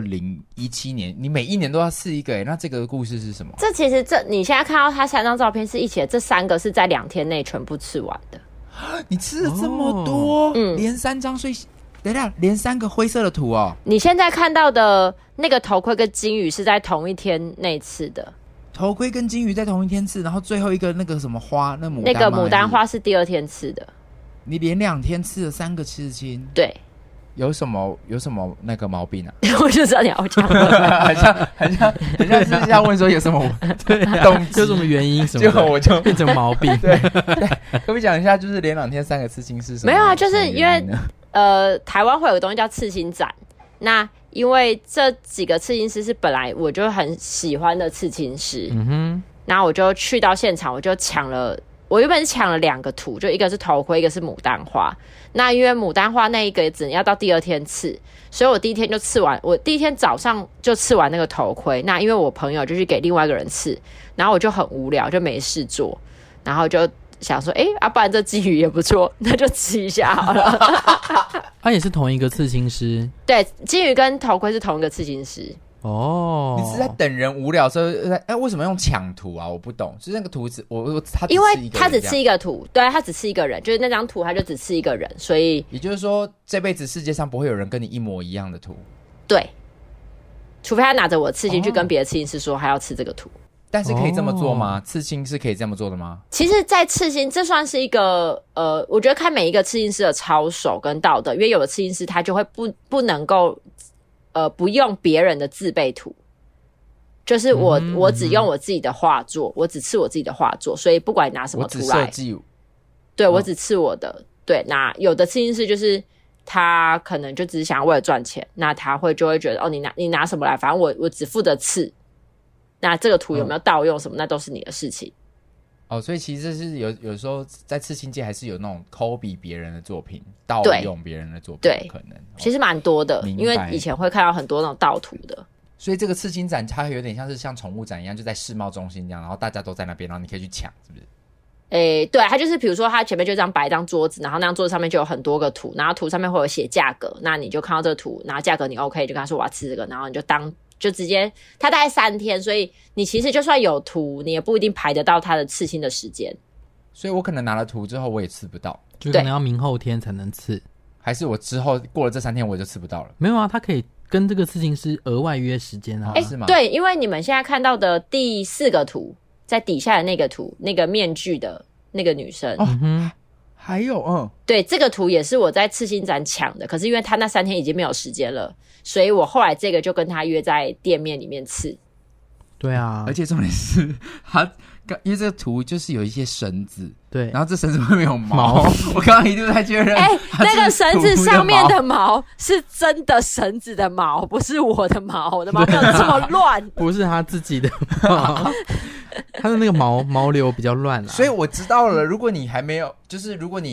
2017年，你每一年都要刺一个那这个故事是什么？ 这其实你现在看到他3张照片是一起的，这3个是在2天内全部刺完的。 你刺了这么多，连3张，所以等一下连3个灰色的图哦。 你现在看到的那个头盔跟金鱼是在同一天内刺的， 头盔跟金鱼在同一天刺，然后最后一个那个什么花，那个牡丹花是第2天刺的。 你连2天刺了3个刺青， 对， 有什么那个毛病啊？ 我就知道你要讲很像是要问说有什么对动机，有什么原因什么的， 结果我就变成毛病。 对，可不可以讲一下，就是连2天3个刺青是什么？ 没有啊，就是因为台湾会有个东西叫刺青展，那因为这几个刺青师是本来我就很喜欢的刺青师，然后我就去到现场，我原本是抢了2个图，就一个是头盔，一个是牡丹花。那因为牡丹花那一个只能要到第2天刺，所以我第1天就刺完，我第1天早上就刺完那个头盔。那因为我朋友就去给另外一个人刺，然后我就很无聊，就没事做，然后就想说，不然这金鱼也不错，那就刺一下好了。 他也是同一个刺青师， 对，金鱼跟头盔是同一个刺青师。 哦，你是在等人无聊的时候，为什么用抢图啊？我不懂，就是那个图纸， 因为他只刺一个图，对，他只刺一个人，就是那张图他就只刺一个人，所以也就是说，这辈子世界上不会有人跟你一模一样的图， 对，除非他拿着我刺青去跟别的刺青师说他要刺这个图。 但是可以这么做吗？刺青是可以这么做的吗？ 其实在刺青这算是一个我觉得看每一个刺青师的操守跟道德，因为有的刺青师他就会不能够不用别人的自备图，就是我只用我自己的画作，我只刺我自己的画作，所以不管你拿什么图来， 我只设计， 对，我只刺我的。对，那有的刺青师就是他可能就只是想要为了赚钱，那他就会觉得你拿什么来，反正我只负责刺，那这个图有没有盗用什么，那都是你的事情。 所以其实是有时候在刺青界还是有那种 copy 别人的作品，盗用别人的作品，对，可能其实蛮多的，因为以前会看到很多那种盗图的。 所以这个刺青展它有点像宠物展一样，就在世贸中心这样，然后大家都在那边，然后你可以去抢，是不是？ 对，它就是比如说它前面就这样摆一张桌子，然后那张桌子上面就有很多个图，然后图上面会有写价格，那你就看到这个图，然后价格你 OK 就跟他说我要吃这个，然后你就直接，它大概3天，所以你其实就算有图，你也不一定排得到它的刺青的时间。 所以我可能拿了图之后我也刺不到， 就可能要明后天才能刺， 还是我之后过了这3天我就刺不到了？ 没有啊，他可以跟这个刺青师额外约时间啊。 是吗？ 对，因为你们现在看到的第4个图，在底下的那个图，那个面具的那个女生， 还有对，这个图也是我在刺青展抢的，可是因为他那3天已经没有时间了，所以我后来这个就跟他约在店面里面刺。 对啊， 而且重点是他因为这个图就是有一些绳子， 对， 然后这绳子会没有毛。我刚刚一度在确认， 那个绳子上面的毛是真的绳子的毛，不是我的毛，我的毛没有这么乱， 不是他自己的毛，他的那个毛流比较乱啦。 所以我知道了，如果你还没有，就是如果你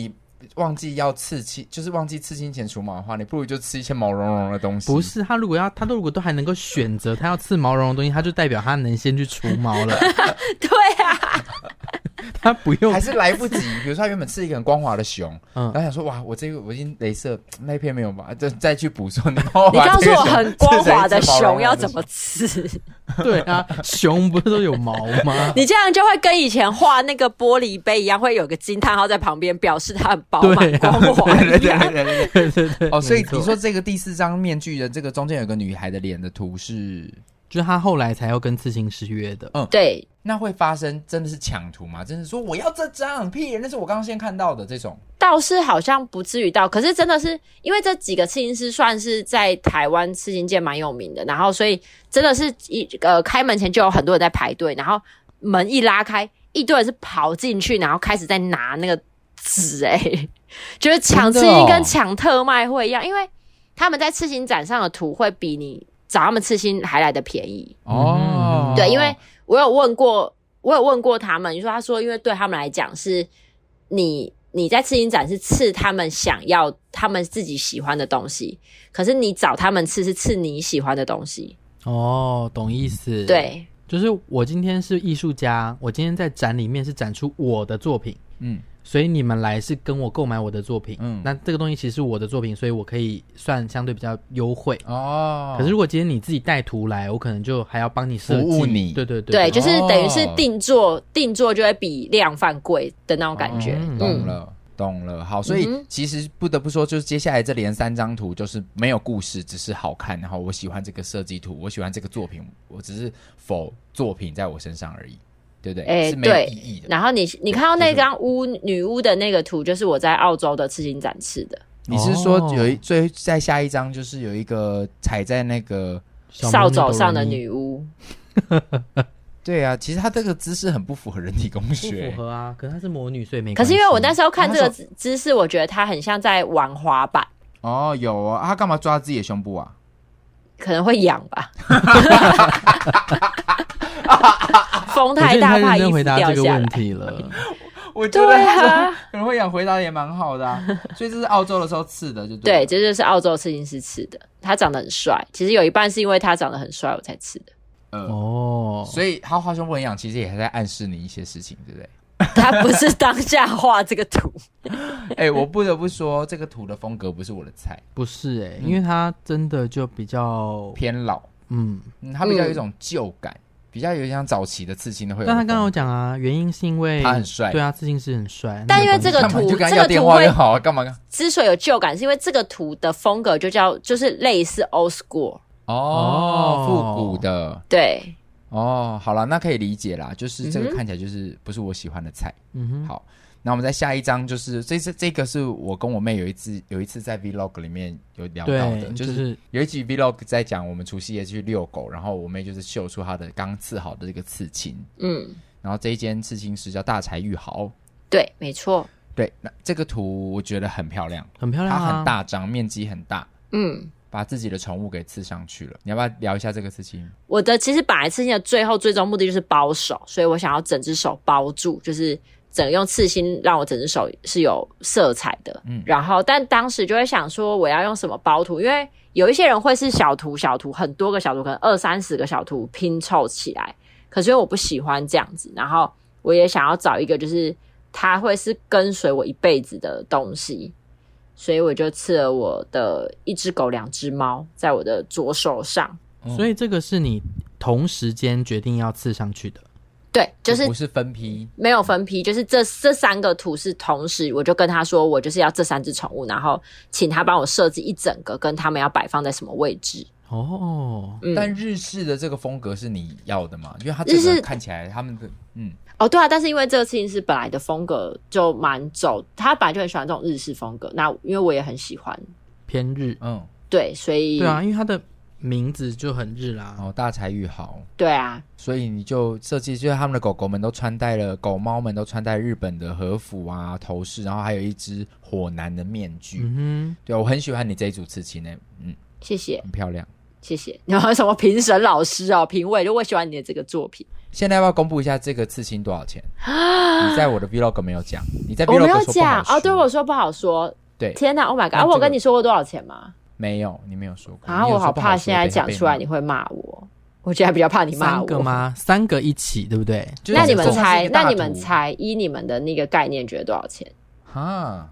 忘记要刺青，就是忘记刺青前除毛的话，你不如就吃一些毛茸茸的东西。 不是，他如果都还能够选择他要刺毛茸茸的东西，他就代表他能先去除毛了。 对啊。 他不用， 还是来不及。比如说他原本是一个很光滑的熊，然后想说哇，我已经雷射那片没有吧，再去补说你告诉我很光滑的熊要怎么刺？ 对啊，熊不是都有毛吗？ 你这样就会跟以前画那个玻璃杯一样，会有个惊叹号在旁边，表示它很饱满光滑一样。 对。 哦，所以你说这个第4张面具的这个中间有个女孩的脸的图是， 就是他后来才要跟刺青师约的。 对。 那会发生真的是抢图吗？真的说我要这张，屁人，那是我刚刚先看到的这种。 倒是好像不至于到，可是真的是因为这几个刺青师算是在台湾刺青界蛮有名的，然后所以真的是开门前就有很多人在排队，然后门一拉开，一堆人是跑进去，然后开始在拿那个纸，就是抢刺青跟抢特卖会一样，因为他们在刺青展上的图会比你找他们刺青还来的便宜哦。对，因为我有问过他们，他说因为对他们来讲是你在刺青展是刺他们想要他们自己喜欢的东西，可是你找他们刺是刺你喜欢的东西。 哦，懂意思。 对， 就是我今天是艺术家，我今天在展里面是展出我的作品，所以你们来是跟我购买我的作品，那这个东西其实是我的作品，所以我可以算相对比较优惠哦。可是如果今天你自己带图来，我可能就还要帮你设计， 服务你。 对， 就是等于是定做就会比量贩贵的那种感觉。 懂了。好，所以其实不得不说，就是接下来这连3张图就是没有故事，只是好看，然后我喜欢这个设计图，我喜欢这个作品，我只是否作品在我身上而已。对不对？是没有意义的。 然后你看到那张女巫的那个图，就是我在澳洲的刺青展示的。 你是说在下一张就是有一个踩在那个扫帚上的女巫？ 对啊，其实她这个姿势很不符合人体工学， 不符合啊。可是她是魔女，所以没关系。 可是因为我那时候看这个姿势，我觉得她很像在玩滑板。 哦，有啊，她干嘛抓自己的胸部啊？ 可能会痒吧。风太大，怕衣服掉下来。 这个问题了， 我觉得可能会痒，回答也蛮好的啊。所以这是澳洲的时候刺的，就对。 对，这就是澳洲刺青师刺的。他长得很帅，其实有一半是因为他长得很帅我才刺的。 所以他画胸部很痒，其实也还在暗示你一些事情，对不对？ 他不是当下画这个图。 我不得不说，这个图的风格不是我的菜， 不是因为他真的就比较偏老，他比较有一种旧感。比较有点像早期的刺青的会有。 但他刚刚有讲啊，原因是因为他很帅， 对啊，刺青师很帅。 但因为这个图， 就跟他要电话就好啊，干嘛？ 之所以有旧感，是因为这个图的风格就是类似 old school 复古的。 对， 好了，那可以理解啦，就是这个看起来就是不是我喜欢的菜。好。那我们再下一张，就是这个是我跟我妹有一次在 vlog 里面有聊到的，就是有一集 vlog 在讲我们除夕夜去遛狗，然后我妹就是秀出她的刚刺好的这个刺青，然后这一间刺青师叫大柴玉豪， 对，没错， 对，那这个图我觉得很漂亮， 很漂亮， 它很大张，面积很大，把自己的宠物给刺上去了。你要不要聊一下这个刺青？ 我的其实本来刺青的最终目的就是包手，所以我想要整只手包住，就是整个用刺青让我整只手是有色彩的，然后但当时就会想说我要用什么包图，因为有一些人会是小图很多个小图，可能20-30个小图拼凑起来，可是因为我不喜欢这样子，然后我也想要找一个就是它会是跟随我一辈子的东西，所以我就刺了我的1只狗2只猫在我的左手上。 所以这个是你同时间决定要刺上去的？ 对，就是不是分批， 没有分批，就是这3个图是同时，我就跟他说我就是要这3只宠物，然后请他帮我设计一整个跟他们要摆放在什么位置。 但日式的这个风格是你要的吗？因为它这个看起来他们的对啊，但是因为这个刺青师本来的风格就蛮走，他本来就很喜欢这种日式风格，那因为我也很喜欢偏日， 对，所以对啊，因为他的名字就很日啦， 大柴玉豪， 对啊， 所以你就设计，就是他们的狗狗们都穿戴了，狗猫们都穿戴日本的和服啊、头饰，然后还有一只火男的面具。对，我很喜欢你这一组刺青谢谢，很漂亮。 谢谢。然后什么评审老师哦，评委就我喜欢你的这个作品。 现在要不要公布一下这个刺青多少钱？你在我的 vlog 没有讲，你在 vlog 我没有说不好说。 讲哦，对我说不好说。 对， 天哪 ，Oh my god！我跟你说过多少钱吗？ 没有，你没有说过。 啊，我好怕现在讲出来你会骂我。我觉得比较怕你骂我。 3个吗？3个一起，对不对？ 那你们猜，依你们的那个概念，觉得多少钱？ 哈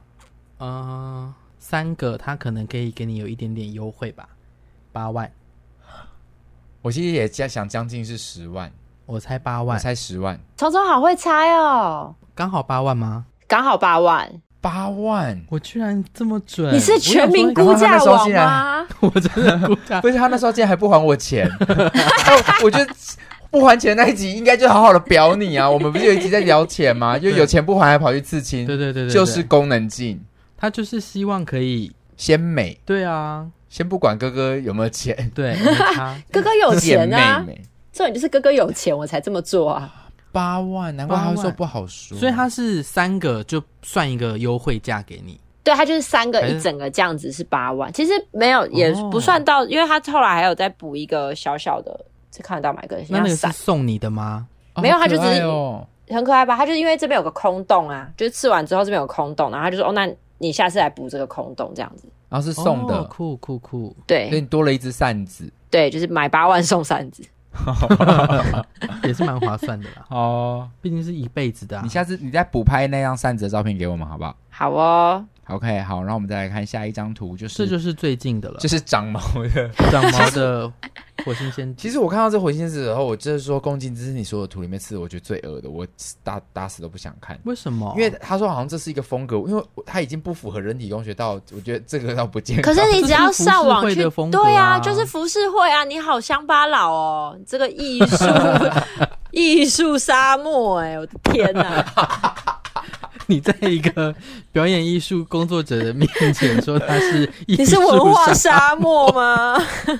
，3个他可能可以给你有一点点优惠吧，8万。 我其实也想将近是10万， 我猜8万， 我猜10万。 聪聪好会猜哦， 刚好8万吗？ 刚好8万。 8万， 我居然这么准！ 你是全民估价王吗？ 我真的估价， 不是他那时候竟然还不还我钱，我觉得不还钱那一集应该就好好的表你啊！我们不是有一集在聊钱吗？就有钱不还还跑去刺青， 对， 就是功能性。 他就是希望可以先美， 对啊， 先不管哥哥有没有钱， 对，没差哥哥有钱啊， 妹妹重点就是哥哥有钱，我才这么做啊。 8万，难怪他会说不好说。 所以他是3个就算一个优惠价给你。 对，他就是3个一整个这样子是8万，其实没有也不算到，因为他后来还有再补一个小小的，是看得到买个那个是送你的吗？ 没有，他就只是很可爱吧？他就是因为这边有个空洞啊，就是刺完之后这边有空洞，然后他就说那你下次来补这个空洞这样子。 然后是送的， 酷， 对， 所以你多了一只扇子， 对，就是买8万送扇子。 也是蛮划算的啦。哦，毕竟是一辈子的。 你下次你再补拍那张扇子的照片给我们好不好？ 好哦。 OK， 好，然后我们再来看下一张图， 这就是最近的了， 就是长毛的火星仙子。 其实我看到这火星仙子以后，我就是说宫崎这是你所有图里面刺我觉得最恶的，我打死都不想看。 为什么？ 因为他说好像这是一个风格，因为他已经不符合人体工学到，我觉得这个倒不健康。 可是你只要上网去，对啊， 就是浮世绘啊！你好乡巴佬哦，这个艺术沙漠我的天哪！ 你在一个表演艺术工作者的面前说他是艺术， 你是文化沙漠吗？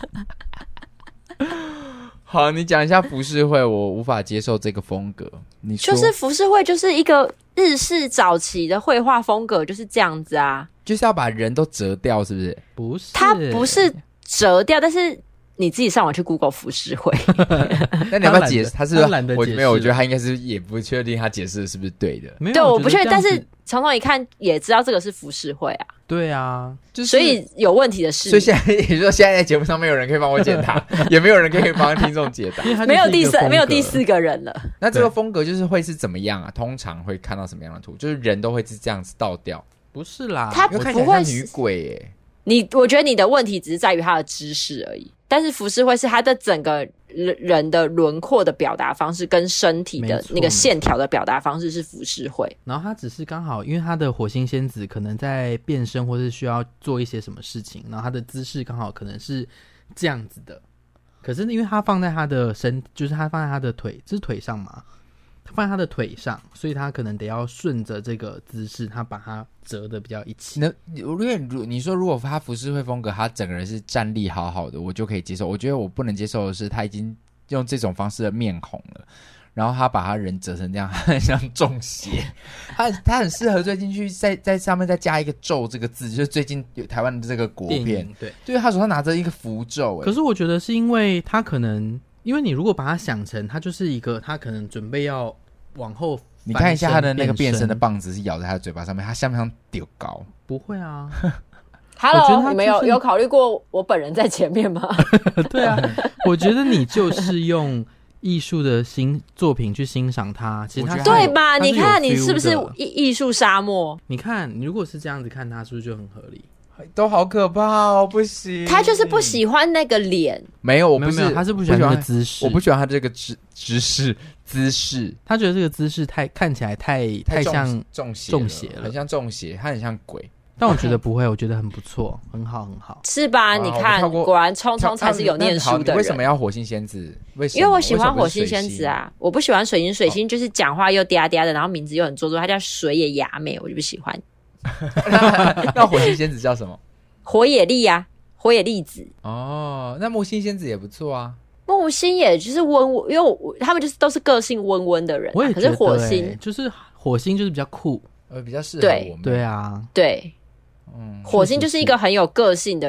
好，你讲一下浮世绘，我无法接受这个风格。你说就是浮世绘就是一个日式早期的绘画风格，就是这样子啊， 就是要把人都折掉，是不是？ 不是， 它不是折掉，但是你自己上网去 Google 浮世绘。 那你要不要解释？他是懒得解释， 没有，我觉得他应该是也不确定他解释的是不是对的。 没有， 对，我不确定，但是从头一看也知道这个是浮世绘啊。 对啊， 就是所以有问题的是， 所以现在也就是说，现在在节目上没有人可以帮我解答，也没有人可以帮听众解答， 没有第4个人了。 那这个风格就是会是怎么样啊？通常会看到什么样的图？就是人都会是这样子倒掉？ 不是啦， 他不会女鬼耶。 我觉得你的问题只是在于他的知识而已。但是浮世绘是他的整个人的轮廓的表达方式跟身体的那个线条的表达方式是浮世绘。 然后他只是刚好因为他的火星仙子可能在变身或是需要做一些什么事情，然后他的姿势刚好可能是这样子的，可是因为他放在他的就是他放在他的腿，这是腿上嘛，他放在他的腿上，所以他可能得要顺着这个姿势，他把它折的比较一起。 因为你说如果他浮世绘风格，他整个人是站立好好的，我就可以接受。我觉得我不能接受的是，他已经用这种方式的面孔了，然后他把他人折成这样，他很像中邪。他很适合最近去在上面再加一个咒这个字，就是最近有台湾的这个国片，对，他手上拿着一个符咒。 可是我觉得是因为他可能。因为你如果把它想成它就是一个他可能准备要往后翻身， 你看一下他的那个变身的棒子是咬在他的嘴巴上面，他像不像丢高？ 不会啊。 Hello， 你们有考虑过我本人在前面吗？ 对啊，我觉得你就是用艺术的作品去欣赏它，其实它对吧？你看你是不是艺术沙漠？ 你看你如果是这样子看它，是不是就很合理？ 都好可怕哦，不行。 他就是不喜欢那个脸。 没有，我不是， 他是不喜欢那个姿势。 我不喜欢他这个姿势。 他觉得这个姿势看起来太像中邪了，很像中邪，他很像鬼。 但我觉得不会，我觉得很不错，很好，很好。 是吧？你看，果然聪聪才是有念书的人。 为什么要火星仙子？ 因为我喜欢火星仙子啊，我不喜欢水星。水星就是讲话又嗲嗲的，然后名字又很做作，他叫水野雅美，我就不喜欢。 那火星仙子叫什么？ 火野丽啊，火野丽子。 哦，那木星仙子也不错啊。 木星也就是温，因为他们就是都是个性温温的人、啊。 我也觉得、 可是火星就是火星就是比较酷， 比较适合我们。 对啊， 对，火星就是一个很有个性的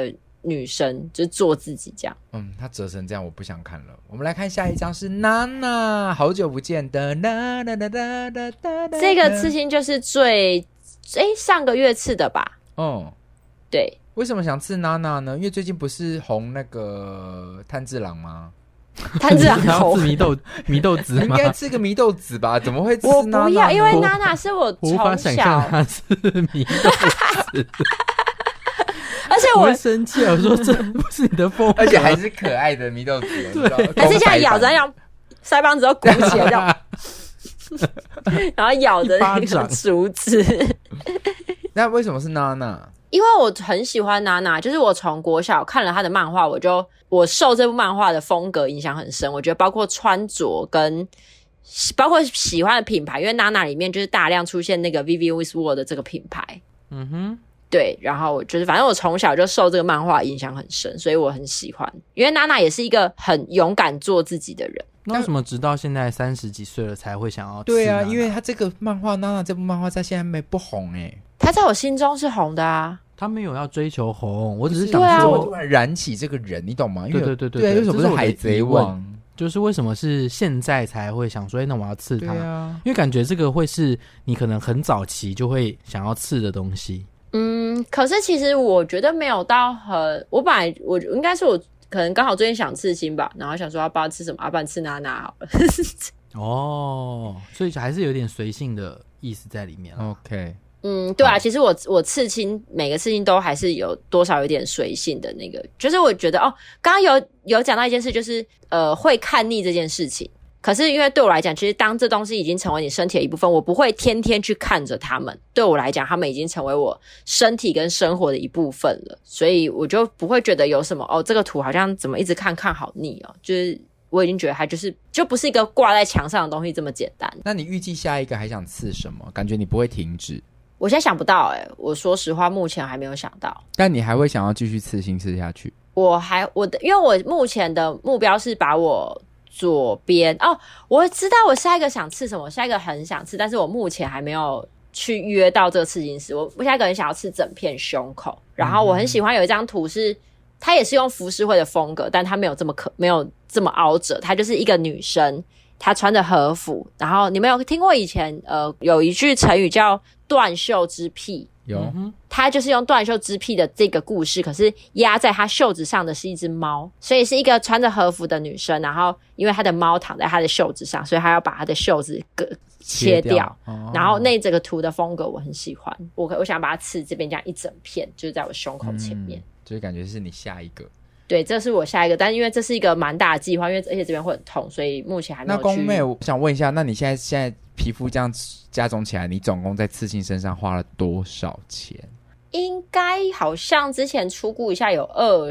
女生，就是做自己这样。 她折成这样我不想看了。我们来看下一张是娜娜，好久不见的娜娜娜娜娜娜。 这个刺青就是上个月刺的吧？对。 为什么想刺娜娜呢？因为最近不是红那个炭治郎吗？ 炭治郎红祢豆子吗？ 应该刺个祢豆子吧？怎么会刺娜娜？ 我不要，因为娜娜是我从小， 无法想象她是祢豆子。 而且我会生气，我说这不是你的风格， 而且还是可爱的祢豆子， 对，还是这样咬着，让腮帮子都鼓起来，这样，然后咬着那个竹子。 那为什么是娜娜？ 因为我很喜欢娜娜，就是我从国小看了她的漫画，我受这部漫画的风格影响很深。我觉得包括穿着跟包括喜欢的品牌，因为娜娜里面就是大量出现那个 Vivienne Westwood 的这个品牌。对，然后就是反正我从小就受这个漫画影响很深，所以我很喜欢。因为娜娜也是一个很勇敢做自己的人。 那为什么直到现在30几岁了才会想要？ 对啊，因为他这个漫画娜娜这部漫画在现在不红他在我心中是红的啊。 他没有要追求红，我只是想说， 突然燃起这个人，你懂吗？ 对， 为什么不是海贼王？ 就是为什么是现在才会想说，那我要刺他？因为感觉这个会是你可能很早期就会想要刺的东西。 可是其实我觉得没有到我本来我应该是我可能刚好最近想刺青吧，然后想说要不要刺什么，不然刺娜娜好了。 所以还是有点随性的意思在里面。 OK。 对啊，其实我刺青每个刺青都还是有多少有点随性的那个，就是我觉得刚刚有讲到一件事，就是会看腻这件事情。可是因为对我来讲，其实当这东西已经成为你身体的一部分，我不会天天去看着他们。对我来讲，他们已经成为我身体跟生活的一部分了，所以我就不会觉得有什么这个图好像怎么一直看好腻就是我已经觉得它就不是一个挂在墙上的东西这么简单。 那你预计下一个还想刺什么？感觉你不会停止。 我现在想不到我说实话目前还没有想到。 但你还会想要继续刺青刺下去？ 因为我目前的目标是把我左边我知道我下一个想刺什么，下一个很想刺，但是我目前还没有去约到这个刺青师。我下一个很想要刺整片胸口，然后我很喜欢有一张图是它也是用浮世绘的风格，但它没有这么凹折，它就是一个女生，她穿着和服，然后你们有听过以前有一句成语叫断袖之癖？ 有， 他就是用断袖之癖的这个故事，可是压在他袖子上的是一只猫，所以是一个穿着和服的女生，然后因为她的猫躺在她的袖子上，所以她要把她的袖子切掉。然后那整个图的风格我很喜欢，我想把它刺这边这样一整片，就是在我胸口前面， 就是感觉是你下一个。 对，这是我下一个，但是因为这是一个蛮大的计划，因为而且这边会很痛，所以目前还没有去。 那宫妹，我想问一下，那你现在皮肤这样加总起来，你总共在刺青身上花了多少钱？ 应该好像之前出估一下有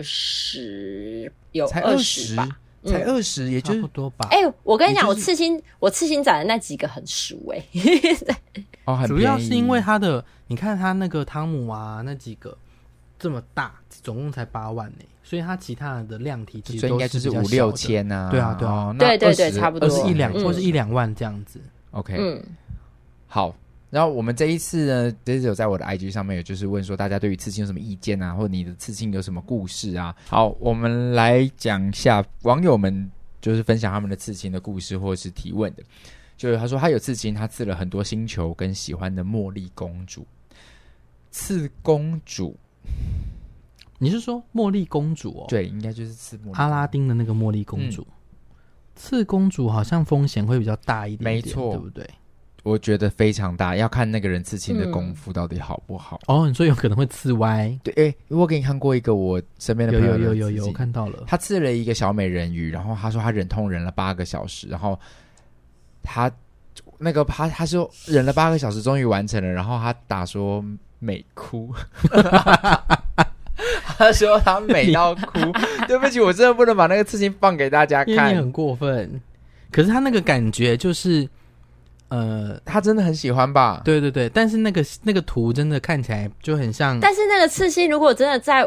20， 才 20吧， 才20，也就是差不多吧。 我跟你讲，我刺青展的那几个很熟很主要是因为他的，你看他那个汤姆啊，那几个这么大，总共才8万所以他其他的量体其实都是比较小的， 所以应该就是5-6千啊。 对啊， 对，差不多或是1-2万这样子。 OK，好。然后我们这一次呢，这次有在我的 IG 上面，也就是问说大家对于刺青有什么意见啊，或者你的刺青有什么故事啊？好，我们来讲一下网友们就是分享他们的刺青的故事，或者是提问的。就是他说他有刺青，他刺了很多星球跟喜欢的茉莉公主。刺公主， 你是说茉莉公主对，应该就是刺茉莉阿拉丁的那个茉莉公主。刺公主好像风险会比较大一点点，没错，对不对？ 我觉得非常大，要看那个人刺青的功夫到底好不好。 你说有可能会刺歪？ 对，我给你看过一个我身边的朋友有看到了， 他刺了一个小美人鱼，然后他说他忍痛忍了8个小时，然后他说忍了8个小时终于完成了，然后他打说美哭。他说他美到哭。对不起，我真的不能把那个刺青放给大家看， 因为你很过分。可是他那个感觉就是他真的很喜欢吧？ 对，但是那个图真的看起来就很像。 但是那个刺青如果真的在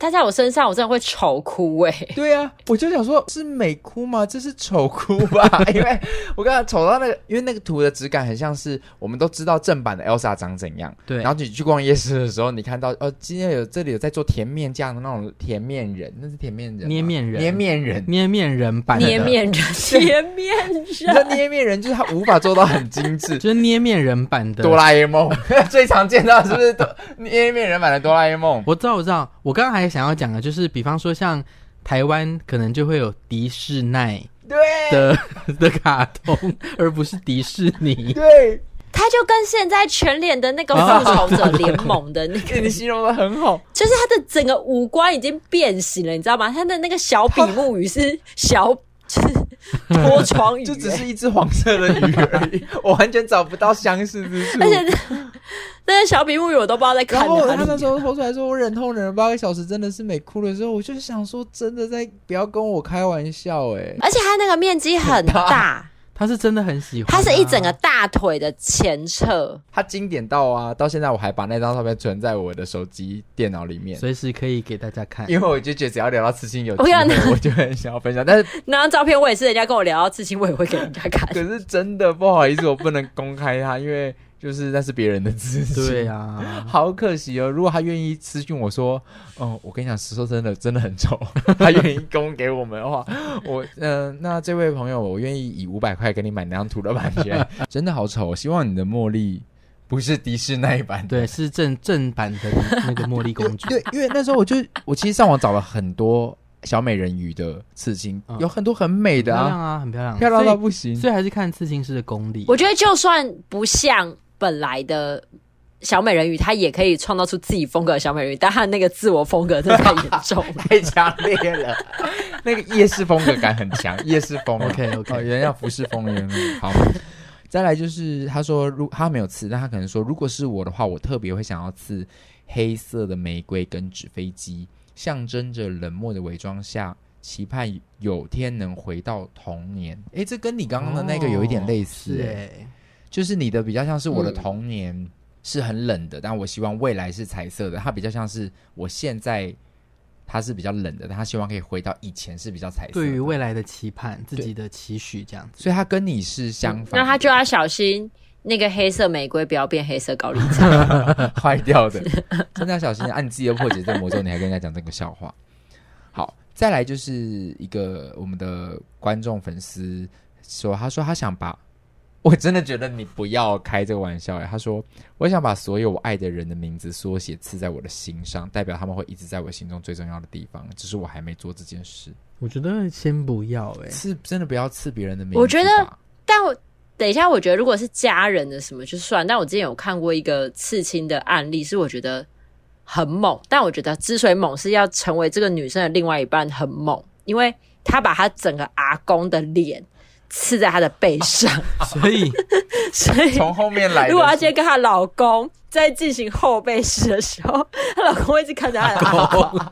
它在我身上，我真的会丑哭对啊，我就想说，是美哭吗？这是丑哭吧？因为我刚才丑到那个，因为那个图的质感很像是我们都知道正版的 Elsa 长怎样。 对， 然后你去逛夜市的时候，你看到今天这里有在做甜面酱的那种甜面人，那是甜面人，捏面人版的捏面人， 你知道捏面人就是他无法做到很精致， 就是捏面人版的哆啦 A 梦，最常见到是不是捏面人版的哆啦 A 梦？ 我知道，我刚刚还想要讲的就是，比方说像台湾可能就会有迪士尼的卡通，而不是迪士尼。 对， 它就跟现在全脸的那个复仇者联盟的那个， 你形容的很好， 就是它的整个五官已经变形了，你知道吗？它的那个小比目鱼是小。就是脱窗鱼， 就只是一只黄色的鱼而已，我完全找不到相似之处。 而且那些小比目鱼我都不知道在看哪里。 然后他那时候偷出来说我忍痛忍了8个小时，真的是没哭的时候，我就想说真的在不要跟我开玩笑而且他那个面积很大。 他是真的很喜欢他是一整个大腿的前侧， 他经典到现在我还把那张照片存在我的手机电脑里面， 随时可以给大家看。 因为我就觉得只要聊到刺青有机会我就很想要分享，但是那张照片我也是人家跟我聊到刺青我也会给人家看， 可是真的不好意思我不能公开它，因为就是那是别人的事情。 对啊， 好可惜哦。如果他愿意私讯我说我跟你讲说真的很丑，他愿意供给我们的话，那这位朋友我愿意以500块给你买那张图的版权。真的好丑，我希望你的茉莉不是迪士尼版的， 对，是正版的那个茉莉公主。 对，因为那时候我其实上网找了很多小美人鱼的刺青，有很多很美的很漂亮， 漂亮到不行， 所以还是看刺青师的功力。 我觉得就算不像本来的小美人鱼，她也可以创造出自己风格的小美人鱼，但她那个自我风格真的太严重了， 太强烈了。那个夜市风格感很强，夜市风。 OK， 原来要服饰风的人。好，再来就是他说，他没有刺，但他可能说，如果是我的话，我特别会想要刺黑色的玫瑰跟纸飞机，象征着冷漠的伪装下，期盼有天能回到童年。这跟你刚刚的那个有一点类似。就是你的比较像是我的童年是很冷的，但我希望未来是彩色的。它比较像是我现在它是比较冷的，但他希望可以回到以前是比较彩色的。 对于未来的期盼，自己的期许这样子。 所以他跟你是相反的。 那他就要小心那个黑色玫瑰不要变黑色高丽菜， 坏掉的。真的要小心你自己又破解这个魔咒，你还跟人家讲这个笑话。好，再来就是一个我们的观众粉丝说，他说他想把。我真的觉得你不要开这个玩笑。他说我想把所有我爱的人的名字缩写刺在我的心上，代表他们会一直在我心中最重要的地方，只是我还没做这件事。 我觉得先不要刺真的不要刺别人的名字。 我觉得但我等一下，我觉得如果是家人的什么就算，但我之前有看过一个刺青的案例，是我觉得很猛，但我觉得之所以猛是要成为这个女生的另外一半很猛，因为她把她整个阿公的脸刺在她的背上，所以从后面来的。 如果她今天跟她老公在进行后背式的时候，她老公会一直看着她的阿公，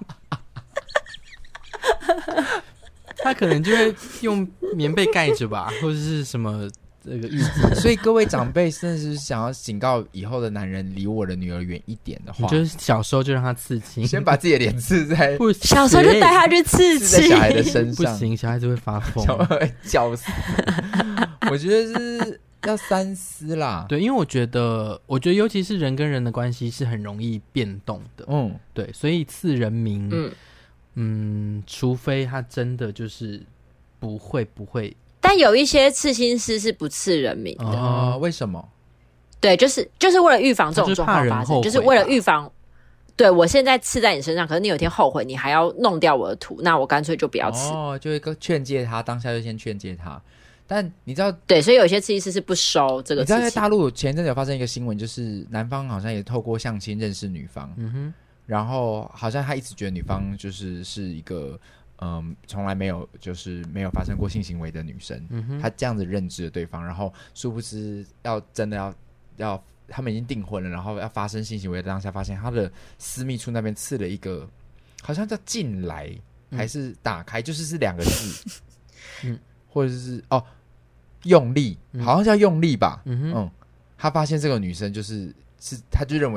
她可能就会用棉被盖着吧，或者是什么这个浴巾。 所以各位长辈甚至是想要警告以后的男人离我的女儿远一点的话， 就是小时候就让他刺青， 先把自己的脸刺在， 小时候就带他去刺青， 在小孩的身上， 不行，小孩子会发疯， 小孩会叫死。我觉得是要三思啦。 对，因为我觉得尤其是人跟人的关系是很容易变动的。对，所以刺人名，除非他真的就是不会。 但有一些刺青师是不刺人名的为什么？ 对，就是为了预防这种状况发生，就是为了预防。对，我现在刺在你身上，可是你有一天后悔，你还要弄掉我的图，那我干脆就不要刺。 就会劝诫他，当下就先劝诫他。但你知道， 对，所以有些刺青师是不收这个刺青。 你知道在大陆前一阵子有发生一个新闻，就是男方好像也透过相亲认识女方，然后好像他一直觉得女方就是一个。从来没有发生过性行为的女生，她这样子认知了对方，然后殊不知真的要他们已经订婚了，然后要发生性行为的当下，发现他的私密处那边刺了一个，好像叫进来还是打开，就是2个字，或者是用力，好像叫用力吧，他发现这个女生是他就认为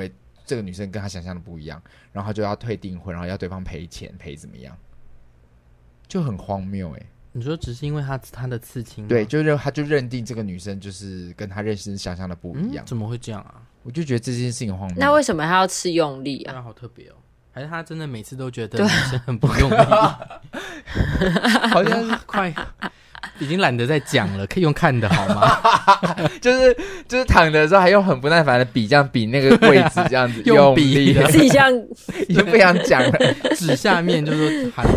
这个女生跟他想象的不一样，然后他就要退订婚，然后要对方赔钱赔怎么样，就很荒谬你说只是因为他的刺青吗？ 对，他就认定这个女生就是跟他认识想象的不一样， 怎么会这样啊？ 我就觉得这件事情荒谬。 那为什么他要吃用力啊？ 好特别还是他真的每次都觉得女生很不用力？ 好像是快已经懒得再讲了，可以用看的好吗？ 就是躺的时候还用很不耐烦的笔这样比那个位置这样子用笔的， 自己这样已经不想讲了， 指下面就说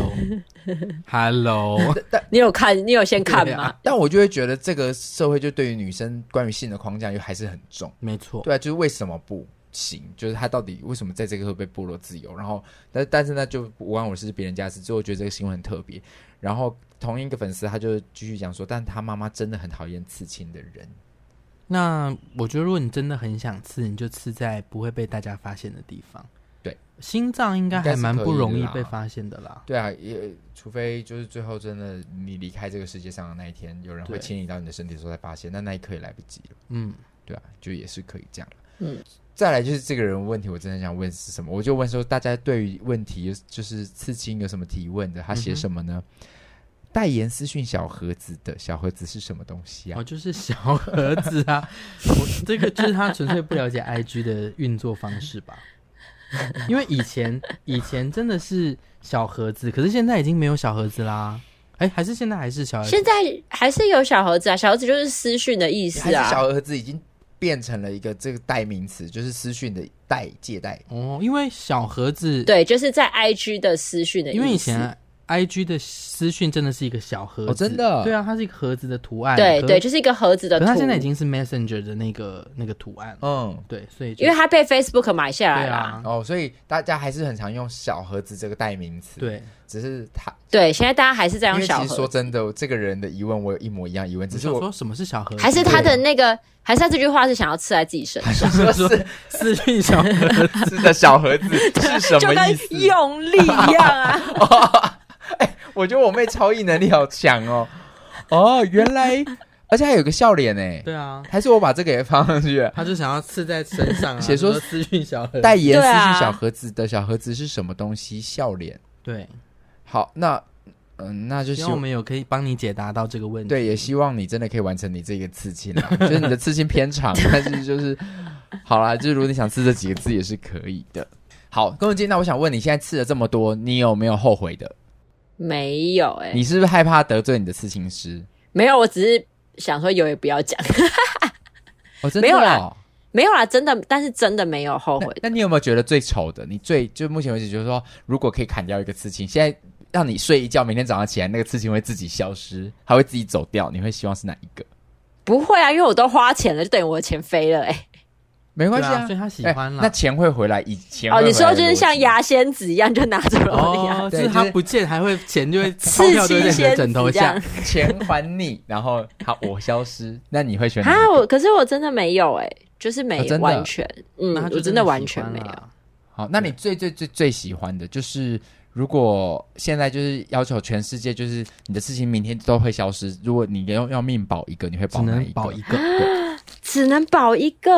hello， 你有先看吗？ 但我就会觉得这个社会就对于女生关于性的框架又还是很重， 没错， 对啊，就是为什么不行？就是他到底为什么在这个会被剥夺自由？然后，但是那就不关我事，是别人家事。所以我觉得这个新闻很特别。然后同一个粉丝他就继续讲说，但他妈妈真的很讨厌刺青的人。 那我觉得，如果你真的很想刺，你就刺在不会被大家发现的地方。 对， 心脏应该还蛮不容易被发现的啦。 对啊，也除非就是最后真的你离开这个世界上的那一天，有人会亲你到你的身体的时候才发现，那一刻也来不及了。对啊，就也是可以这样。再来就是这个人问题，我真的想问是什么？我就问说，大家对于问题就是刺青有什么提问的？他写什么呢？代言私讯小盒子的小盒子是什么东西啊？ 就是小盒子啊！这个就是他纯粹不了解 IG 的运作方式吧？因为以前真的是小盒子，可是现在已经没有小盒子啦。还是现在还是小盒子？ 现在还是有小盒子啊，小盒子就是私讯的意思啊。 还是小盒子已经变成了一个这个代名词，就是私讯的借贷因为小盒子对，就是在 IG 的私讯的意思。 因为以前IG 的私讯真的是一个小盒子， 真的， 对啊，它是一个盒子的图案， 对，就是一个盒子的图。 可是它现在已经是 Messenger 的那个图案，对，所以因为它被 Facebook 买下来了， 所以大家还是很常用小盒子这个代名词， 对， 只是对，现在大家还是在用小盒子。 因为其实说真的，这个人的疑问我有一模一样疑问，只是我说什么是小盒子， 还是他的那个，还是他这句话是想要刺在自己身上？ 说私讯小盒子的小盒子是什么意思？ 就跟用力一样啊！ 我觉得我妹超译能力好强原来，而且还有个笑脸对啊， 还是我把这个也放上去了， 他就想要刺在身上写说私讯小盒子， 代言私讯小盒子的小盒子是什么东西？笑脸， 对， 好，那就希望我们有可以帮你解答到这个问题， 对，也希望你真的可以完成你这个刺青啦，就是你的刺青偏长，但是就是好啦，就是如果你想刺这几个字也是可以的。好，龚文基，那我想问你，现在刺了这么多，你有没有后悔的？ 没有你是不是害怕得罪你的刺青师？ 没有，我只是想说有也不要讲。 真的没有啦，没有啦，真的，但是真的没有后悔。 那你有没有觉得最丑的？你就目前为止就是说，如果可以砍掉一个刺青，现在让你睡一觉，明天早上起来那个刺青会自己消失，还会自己走掉，你会希望是哪一个？ 不会啊，因为我都花钱了，就等于我的钱飞了没关系所以他喜欢啦。 那钱会回来，钱你说就是像牙仙子一样，就拿走了我的牙， 就是他不见还会钱就会钞票就在你的枕头下， 钱还你，然后好我消失，那你会选哪？ 可是我真的没有就是没完全，我真的完全没有。 好，那你最喜欢的就是，如果现在就是要求全世界就是你的事情明天都会消失，如果你要命保一个，你会保哪一个？ 只能保一个。 只能保一个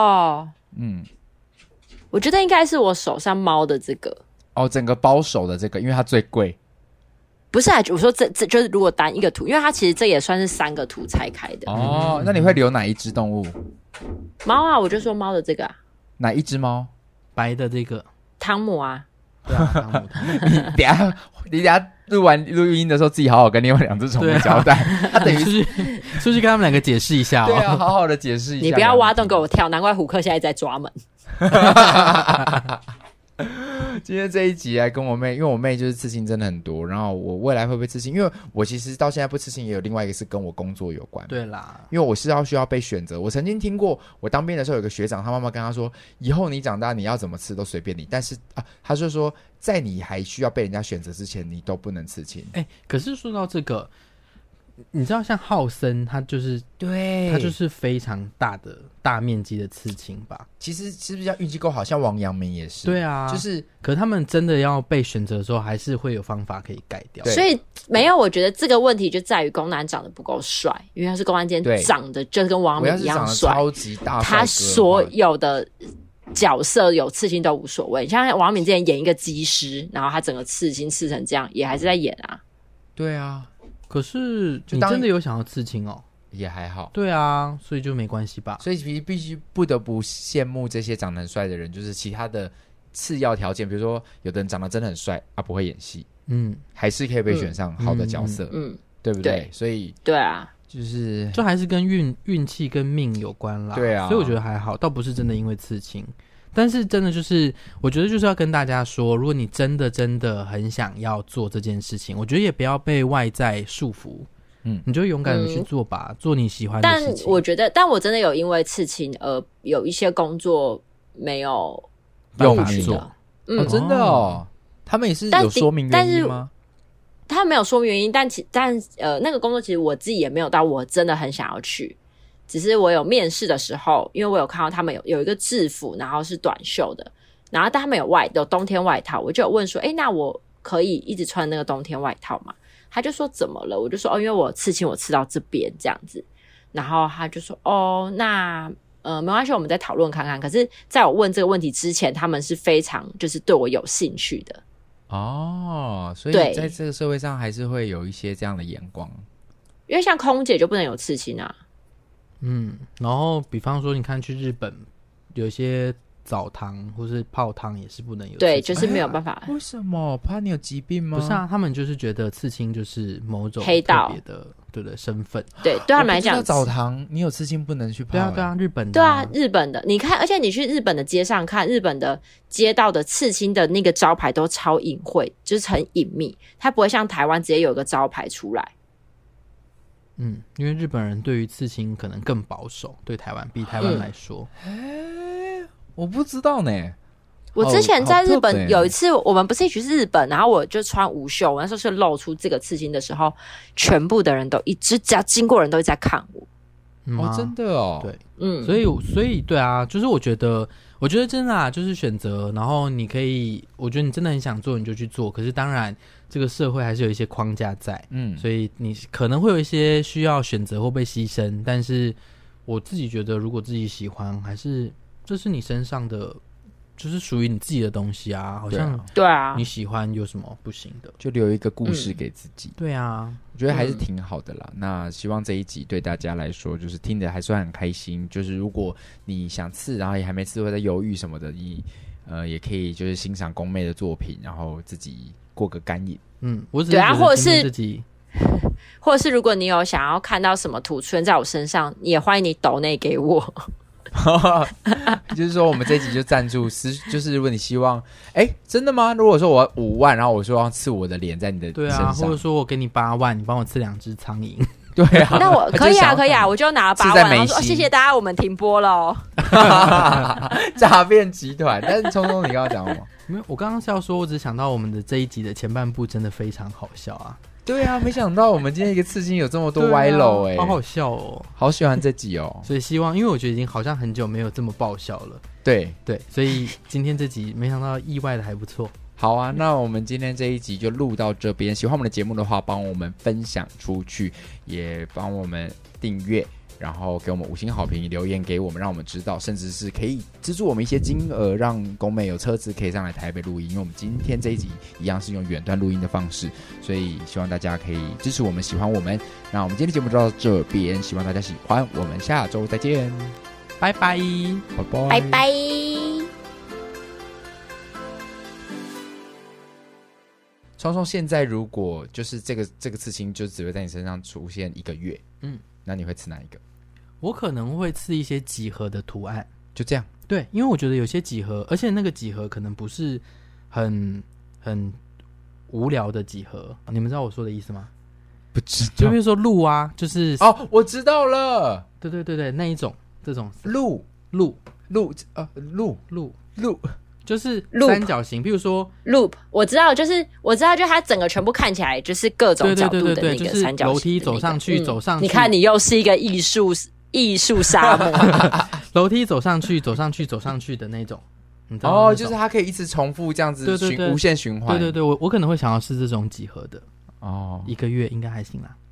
我觉得应该是我手上猫的这个整个包手的这个，因为它最贵。 不是我说这就是如果单一个图，因为它其实这也算是3个图拆开的。 那你会留哪一只动物？ 猫啊，我就说猫的这个啊。 哪一只猫？ 白的这个汤姆啊。 对啊，汤姆。 你等下录音的时候，自己好好跟另外2只宠物交代。 等于出去跟他们2个解释一下对啊，好好的解释一下。 你不要挖洞给我跳，难怪虎克现在在抓门。 今天这一集来跟我妹，因为我妹就是刺青真的很多，然后我未来会不会刺青？因为我其实到现在不刺青，也有另外一个是跟我工作有关。 对啦， 因为我是需要被选择。我曾经听过，我当兵的时候有个学长，他妈妈跟他说，以后你长大你要怎么刺都随便你，但是他就说在你还需要被人家选择之前，你都不能刺青。 可是说到这个，你知道像浩森他就是非常大面积的刺青吧， 其实是不是要运气够好，像王阳明也是。 对啊， 就是可是他们真的要被选择的时候，还是会有方法可以改掉。 所以没有，我觉得这个问题就在于公男长得不够帅，因为他是公安间长得就跟王阳明一样帅， 超级大帅哥， 他所有的角色有刺青都无所谓。像王阳明之前演一个机师，然后他整个刺青刺成这样，也还是在演啊。 对啊， 可是你真的有想要刺青哦？ 也还好。 对啊，所以就没关系吧。 所以必须不得不羡慕这些长得很帅的人，就是其他的次要条件，比如说有的人长得真的很帅啊，不会演戏，还是可以被选上好的角色，对不对？所以对啊， 就还是跟运气跟命有关啦。 对啊， 所以我觉得还好，倒不是真的因为刺青。但是真的就是，我觉得就是要跟大家说，如果你真的很想要做这件事情，我觉得也不要被外在束缚，你就勇敢的去做吧，做你喜欢的事情。 但我觉得，但我真的有因为刺青而有一些工作没有用做， 真的哦，他们也是有说明原因吗？ 他没有说明原因，但那个工作其实我自己也没有到我真的很想要去。只是我有面试的时候，因为我有看到他们有一个制服，然后是短袖的，然后但他们有冬天外套，我就有问说，那我可以一直穿那个冬天外套吗？他就说怎么了？我就说因为我刺青我刺到这边这样子，然后他就说那没关系，我们再讨论看看。可是在我问这个问题之前，他们是非常就是对我有兴趣的所以在这个社会上还是会有一些这样的眼光， 因为像空姐就不能有刺青啊。 然后比方说你看去日本有一些澡堂或是泡汤也是不能有刺青， 对，就是没有办法。 为什么？怕你有疾病吗？ 不是啊，他们就是觉得刺青就是某种黑道特别的对的身份。 对他们来讲， 澡堂你有刺青不能去泡。 对啊，日本的。 对啊，日本的。你看，而且你去日本的街上看，日本的街道的刺青的那个招牌都超隐晦，就是很隐秘，它不会像台湾直接有一个招牌出来。 因为日本人对于刺青可能更保守，对比台湾来说。 我不知道呢。 我之前在日本有一次，我们不是一起去日本，然后我就穿无袖，我那时候是露出这个刺青的时候，全部的人都只要经过人都一直在看我。 真的哦。 对，所以对啊，就是我觉得真的啊，就是选择，然后你可以，我觉得你真的很想做，你就去做。可是当然，这个社会还是有一些框架在，所以你可能会有一些需要选择或被牺牲。但是我自己觉得，如果自己喜欢，还是这是你身上的，就是属于你自己的东西啊。好像对啊， 你喜欢有什么不行的？ 就留一个故事给自己。 对啊， 我觉得还是挺好的啦。那希望这一集对大家来说，就是听得还算很开心。就是如果你想刺，然后也还没刺，或在犹豫什么的，你也可以就是欣赏宫妹的作品，然后自己过个干瘾。 我只是觉得今天自己， 或者是如果你有想要看到什么图出现在我身上，也欢迎你抖内给我。 就是说我们这一集就赞助就是如果你希望真的吗？如果说我5万，然后我说要刺我的脸在你的身上， 或者说我给你8万，你帮我刺2只苍蝇。 对啊， 那我可以啊，我就拿了8万，然后说谢谢大家，我们停播了。 诈骗集团。但是聪聪你刚刚讲什么？ 没有，我刚刚是要说，我只想到我们的这一集的前半部真的非常好笑啊。 对啊，没想到我们今天一个刺青有这么多歪楼好好笑哦， 好喜欢这集哦。 所以希望，因为我觉得已经好像很久没有这么爆笑了。 对， 所以今天这集没想到意外的还不错。 好啊，那我们今天这一集就录到这边。喜欢我们的节目的话，帮我们分享出去，也帮我们订阅，然后给我们5星好评，留言给我们，让我们知道，甚至是可以资助我们一些金额，让宫妹有车子可以上来台北录音。因为我们今天这一集一样是用远端录音的方式，所以希望大家可以支持我们，喜欢我们。那我们今天的节目就到这边，希望大家喜欢，我们下周再见， 拜拜， 拜拜。 聪聪，现在如果就是这个刺青就只会在你身上出现1个月，那你会刺哪一个？ 我可能会刺一些几何的图案， 就这样。 对，因为我觉得有些几何，而且那个几何可能不是很无聊的几何，你们知道我说的意思吗？ 不知道。 就比如说鹿啊，就是我知道了。 对，那一种这种鹿。 就是三角形，比如说 loop， 我知道，就是它整个全部看起来就是各种角度的那个三角形， 楼梯走上去，走上去。 你看，你又是一个艺术沙漠。 楼梯走上去的那种，你知道就是它可以一直重复这样子， 对， 无限循环。 对，我可能会想要试这种几何的。1个月应该还行啦。